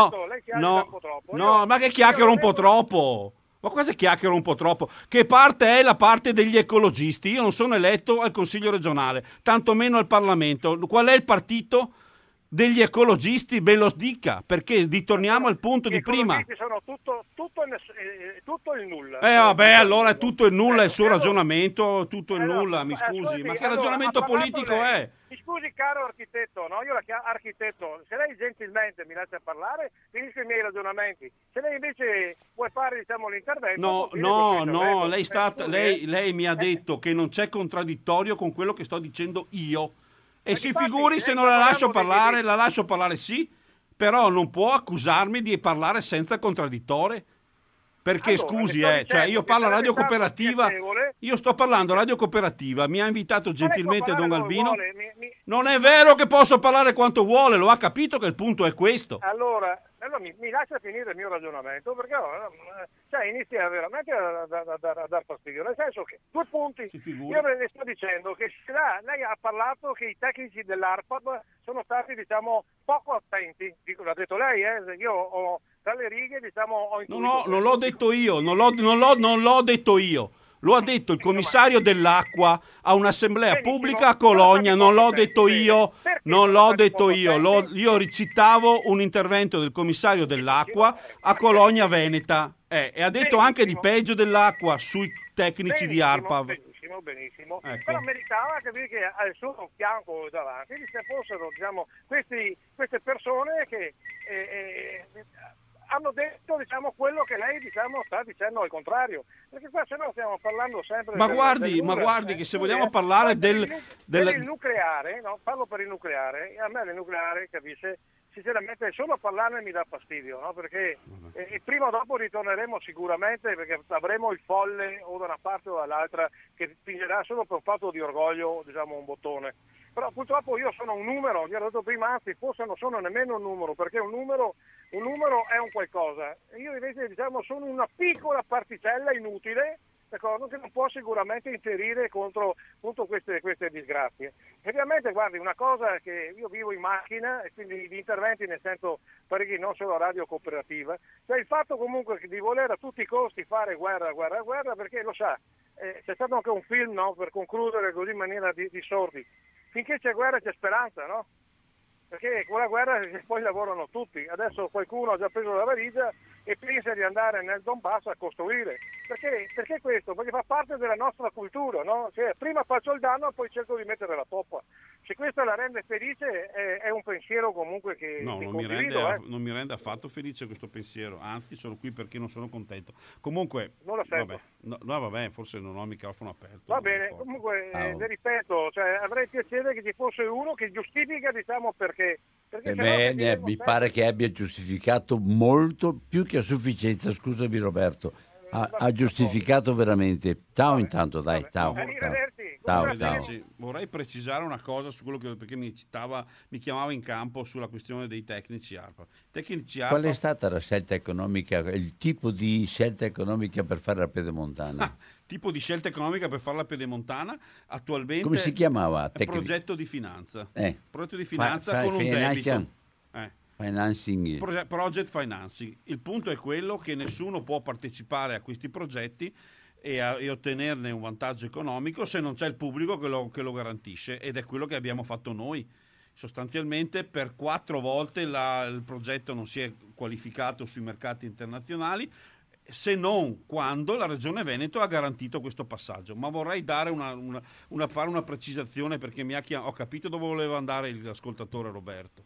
ma che chiacchiera un po' troppo. Ma cosa chiacchiero un po' troppo? Che parte è la parte degli ecologisti? Io non sono eletto al Consiglio regionale, tantomeno al Parlamento. Qual è il partito degli ecologisti? Ve lo dica, perché ritorniamo al punto di prima. Gli ecologisti sono tutto il nulla. Vabbè, allora è tutto il nulla, il suo ragionamento, tutto il nulla, mi scusi. Ma che ragionamento politico è? Mi scusi, caro architetto, no? Io la chiamo architetto, se lei gentilmente mi lascia parlare, finisco i miei ragionamenti. Se lei invece vuole fare, diciamo, l'intervento... No, lei mi ha detto che non c'è contraddittorio con quello che sto dicendo io. E si figuri se non la lascio parlare sì, però non può accusarmi di parlare senza contraddittore. Perché allora, scusi, cioè io parlo a Radio Cooperativa, io sto parlando a Radio Cooperativa, mi ha invitato gentilmente Don Albino. Non è vero che posso parlare quanto vuole, lo ha capito che il punto è questo. Allora mi lascia finire il mio ragionamento, perché inizia veramente a dar fastidio, nel senso che 2 punti. Io le sto dicendo che lei ha parlato che i tecnici dell'ARPAB sono stati, diciamo, poco attenti, l'ha detto lei, io ho tra le righe, diciamo, ho intuito. No, non l'ho detto io, non l'ho detto io. Lo ha detto il commissario dell'acqua a un'assemblea pubblica a Cologna, non l'ho detto io, io recitavo un intervento del commissario dell'acqua a Cologna Veneta e ha detto anche di peggio dell'acqua sui tecnici di ARPAV. Benissimo. Ecco. Però meritava capire che al suo fianco davanti ci fossero, diciamo, queste persone che hanno detto, diciamo, quello che lei, diciamo, sta dicendo al contrario, perché qua se no stiamo parlando sempre ma guardi che se vogliamo parlare del nucleare, no? Parlo per il nucleare, a me il nucleare, capisce, sinceramente solo parlarne mi dà fastidio, no? Perché prima o dopo ritorneremo sicuramente, perché avremo il folle o da una parte o dall'altra che fingerà solo per un fatto di orgoglio, diciamo, un bottone. Però purtroppo io sono un numero, vi ho detto prima, anzi forse non sono nemmeno un numero, perché un numero è un qualcosa. Io invece, diciamo, sono una piccola particella inutile, d'accordo, che non può sicuramente interire contro queste disgrazie. E ovviamente, guardi, una cosa che io vivo in macchina e quindi di interventi ne sento parecchi, non solo a Radio Cooperativa, cioè il fatto comunque di voler a tutti i costi fare guerra, perché lo sa, c'è stato anche un film, no, per concludere così in maniera di sordi. Finché c'è guerra c'è speranza, no? Perché con la guerra poi lavorano tutti. Adesso qualcuno ha già preso la valigia e pensa di andare nel Donbass a costruire. Perché questo? Perché fa parte della nostra cultura, no? Cioè, prima faccio il danno e poi cerco di mettere la toppa. Se questo la rende felice è un pensiero comunque che non mi rende affatto felice questo pensiero, anzi sono qui perché non sono contento. Comunque, non lo sento. Vabbè, forse non ho il microfono aperto. Va bene, comunque le ripeto, cioè, avrei piacere che ci fosse uno che giustifica, diciamo, perché Ebbene, mi pare che abbia giustificato molto più che a sufficienza, scusami Roberto, ha giustificato veramente. Ciao intanto, dai, ciao. Ciao. Vorrei precisare una cosa su quello perché mi chiamava in campo sulla questione dei tecnici ARPA. Qual è stata la scelta economica, il tipo di scelta economica per fare la Pedemontana? Tipo di scelta economica per fare la Pedemontana attualmente. Come si chiamava? Progetto di finanza. Progetto di finanza con un debito. Financing. Project financing. Il punto è quello che nessuno può partecipare a questi progetti e ottenerne un vantaggio economico se non c'è il pubblico che lo garantisce, ed è quello che abbiamo fatto noi. Sostanzialmente per 4 volte il progetto non si è qualificato sui mercati internazionali, se non quando la Regione Veneto ha garantito questo passaggio. Ma vorrei dare fare una precisazione, perché ho capito dove voleva andare l'ascoltatore Roberto.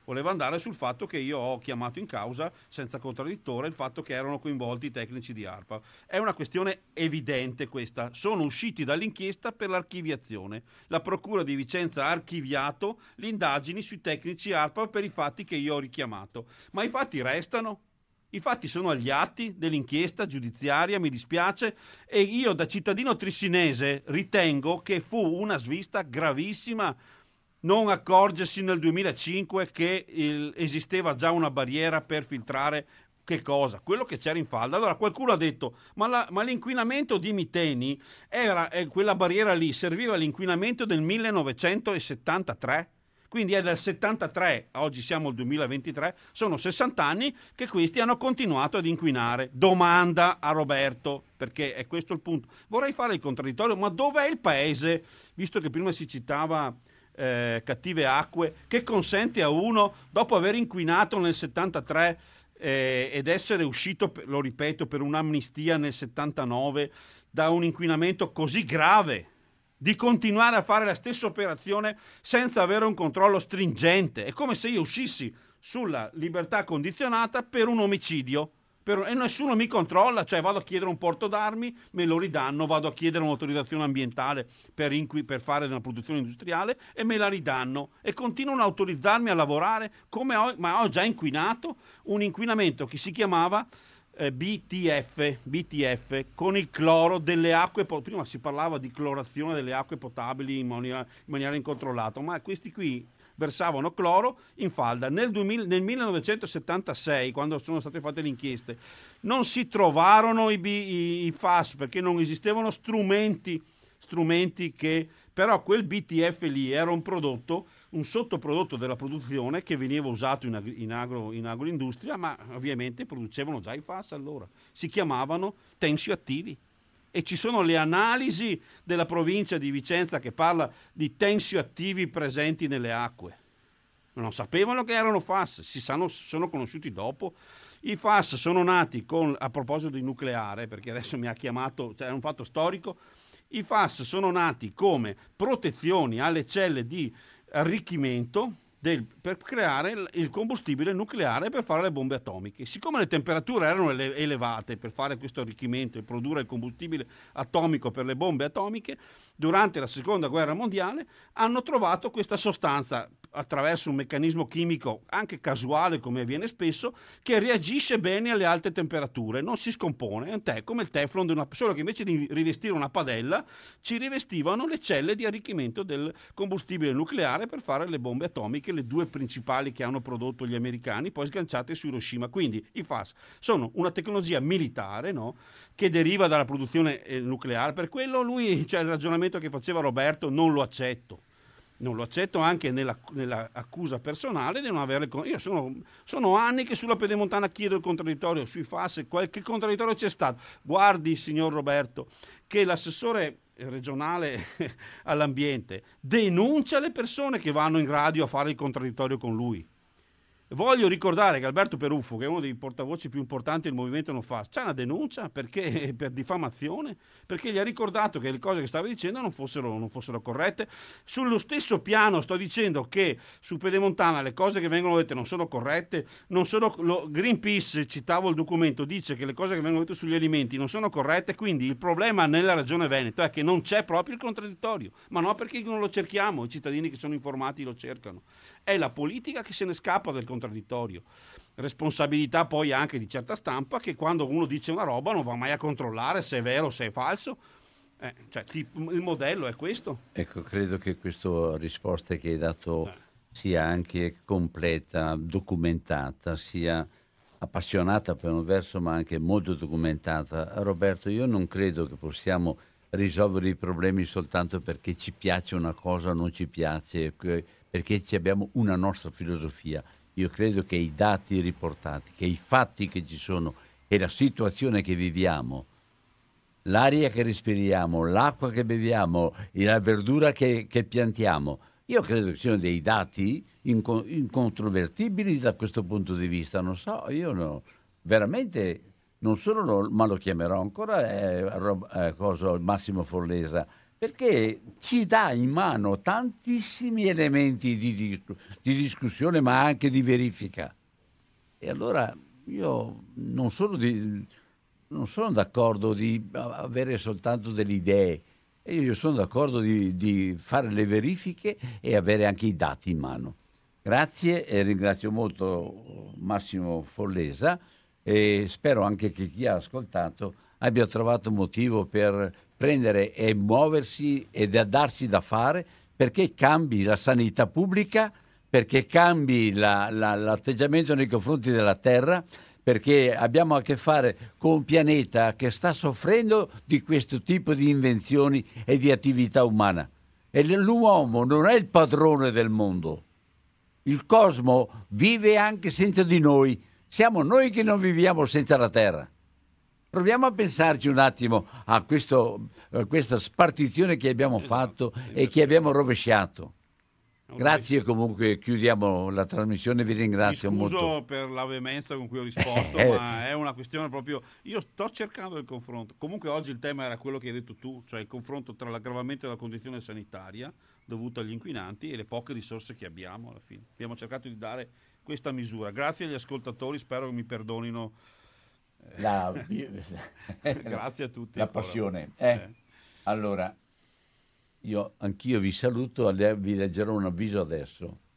voleva andare sul fatto che io ho chiamato in causa senza contraddittore il fatto che erano coinvolti i tecnici di ARPA. È una questione evidente questa. Sono usciti dall'inchiesta per l'archiviazione. La procura di Vicenza ha archiviato le indagini sui tecnici ARPA per i fatti che io ho richiamato. Ma i fatti restano. I fatti sono agli atti dell'inchiesta giudiziaria, mi dispiace, e io da cittadino trissinese ritengo che fu una svista gravissima non accorgersi nel 2005 che esisteva già una barriera per filtrare che cosa? Quello che c'era in falda. Allora qualcuno ha detto ma l'inquinamento di Miteni quella barriera lì serviva all'inquinamento del 1973, quindi è del 73, oggi siamo al 2023, sono 60 anni che questi hanno continuato ad inquinare. Domanda a Roberto, perché è questo il punto. Vorrei fare il contraddittorio, ma dov'è il paese, visto che prima si citava Cattive Acque, che consente a uno, dopo aver inquinato nel 73 ed essere uscito, lo ripeto, per un'amnistia nel 79 da un inquinamento così grave, di continuare a fare la stessa operazione senza avere un controllo stringente? È come se io uscissi sulla libertà condizionata per un omicidio e nessuno mi controlla, cioè vado a chiedere un porto d'armi, me lo ridanno, vado a chiedere un'autorizzazione ambientale per fare una produzione industriale e me la ridanno, e continuano a autorizzarmi a lavorare ma ho già inquinato un inquinamento che si chiamava BTF, con il cloro delle acque. Prima si parlava di clorazione delle acque potabili in maniera incontrollata, ma questi qui versavano cloro in falda. Nel 1976, quando sono state fatte le inchieste, non si trovarono i FAS perché non esistevano strumenti che, però quel BTF lì era un sottoprodotto della produzione che veniva usato in agroindustria, ma ovviamente producevano già i FAS. Allora si chiamavano tensioattivi, e ci sono le analisi della provincia di Vicenza che parla di tensioattivi presenti nelle acque. Non sapevano che erano FAS, sono conosciuti dopo. I FAS sono nati a proposito di nucleare, perché adesso mi ha chiamato, cioè è un fatto storico. I FAS sono nati come protezioni alle celle di arricchimento per creare il combustibile nucleare per fare le bombe atomiche. Siccome le temperature erano elevate per fare questo arricchimento e produrre il combustibile atomico per le bombe atomiche, durante la seconda guerra mondiale hanno trovato questa sostanza attraverso un meccanismo chimico anche casuale, come avviene spesso, che reagisce bene alle alte temperature, non si scompone, è come il Teflon solo che invece di rivestire una padella ci rivestivano le celle di arricchimento del combustibile nucleare per fare le bombe atomiche, le due principali che hanno prodotto gli americani, poi sganciate su Hiroshima. Quindi i FAS sono una tecnologia militare, no? Che deriva dalla produzione nucleare. Per quello il ragionamento che faceva Roberto non lo accetto. Non lo accetto anche nella accusa personale di non avere. Io sono anni che sulla Pedemontana chiedo il contraddittorio sui FAS. Qualche contraddittorio c'è stato. Guardi, signor Roberto, che l'assessore regionale all'ambiente denuncia le persone che vanno in radio a fare il contraddittorio con lui. Voglio ricordare che Alberto Peruffo, che è uno dei portavoci più importanti del movimento Non Fas, c'è una denuncia per diffamazione, perché gli ha ricordato che le cose che stava dicendo non fossero corrette. Sullo stesso piano sto dicendo che su Pedemontana le cose che vengono dette non sono corrette, Greenpeace, citavo il documento, dice che le cose che vengono dette sugli alimenti non sono corrette, quindi il problema nella Regione Veneto è che non c'è proprio il contraddittorio, ma no perché non lo cerchiamo, i cittadini che sono informati lo cercano. È la politica che se ne scappa del contraddittorio. Responsabilità poi anche di certa stampa che quando uno dice una roba non va mai a controllare se è vero o se è falso. Il modello è questo. Ecco, credo che questa risposta che hai dato sia anche completa, documentata, sia appassionata per un verso ma anche molto documentata. Roberto, io non credo che possiamo risolvere i problemi soltanto perché ci piace una cosa o non ci piace, perché abbiamo una nostra filosofia. Io credo che i dati riportati, che i fatti che ci sono e la situazione che viviamo, l'aria che respiriamo, l'acqua che beviamo, la verdura che piantiamo, io credo che siano dei dati incontrovertibili da questo punto di vista. Non so, veramente non solo ma lo chiamerò ancora Massimo Forlesa perché ci dà in mano tantissimi elementi di discussione, ma anche di verifica. E allora io non sono d'accordo di avere soltanto delle idee. Io sono d'accordo di fare le verifiche e avere anche i dati in mano. Grazie e ringrazio molto Massimo Follesa e spero anche che chi ha ascoltato abbia trovato un motivo per prendere e muoversi e darsi da fare perché cambi la sanità pubblica, perché cambi l'atteggiamento nei confronti della terra, perché abbiamo a che fare con un pianeta che sta soffrendo di questo tipo di invenzioni e di attività umana. E l'uomo non è il padrone del mondo. Il cosmo vive anche senza di noi. Siamo noi che non viviamo senza la Terra. Proviamo a pensarci un attimo a questa spartizione che abbiamo fatto e che abbiamo rovesciato. Grazie, comunque chiudiamo la trasmissione, vi ringrazio molto. Mi scuso per la veemenza con cui ho risposto, ma è una questione proprio... Io sto cercando il confronto. Comunque oggi il tema era quello che hai detto tu, cioè il confronto tra l'aggravamento della condizione sanitaria dovuta agli inquinanti e le poche risorse che abbiamo alla fine. Abbiamo cercato di dare questa misura. Grazie agli ascoltatori, spero che mi perdonino. Grazie a tutti. La passione. Allora... anch'io vi saluto, vi leggerò un avviso adesso.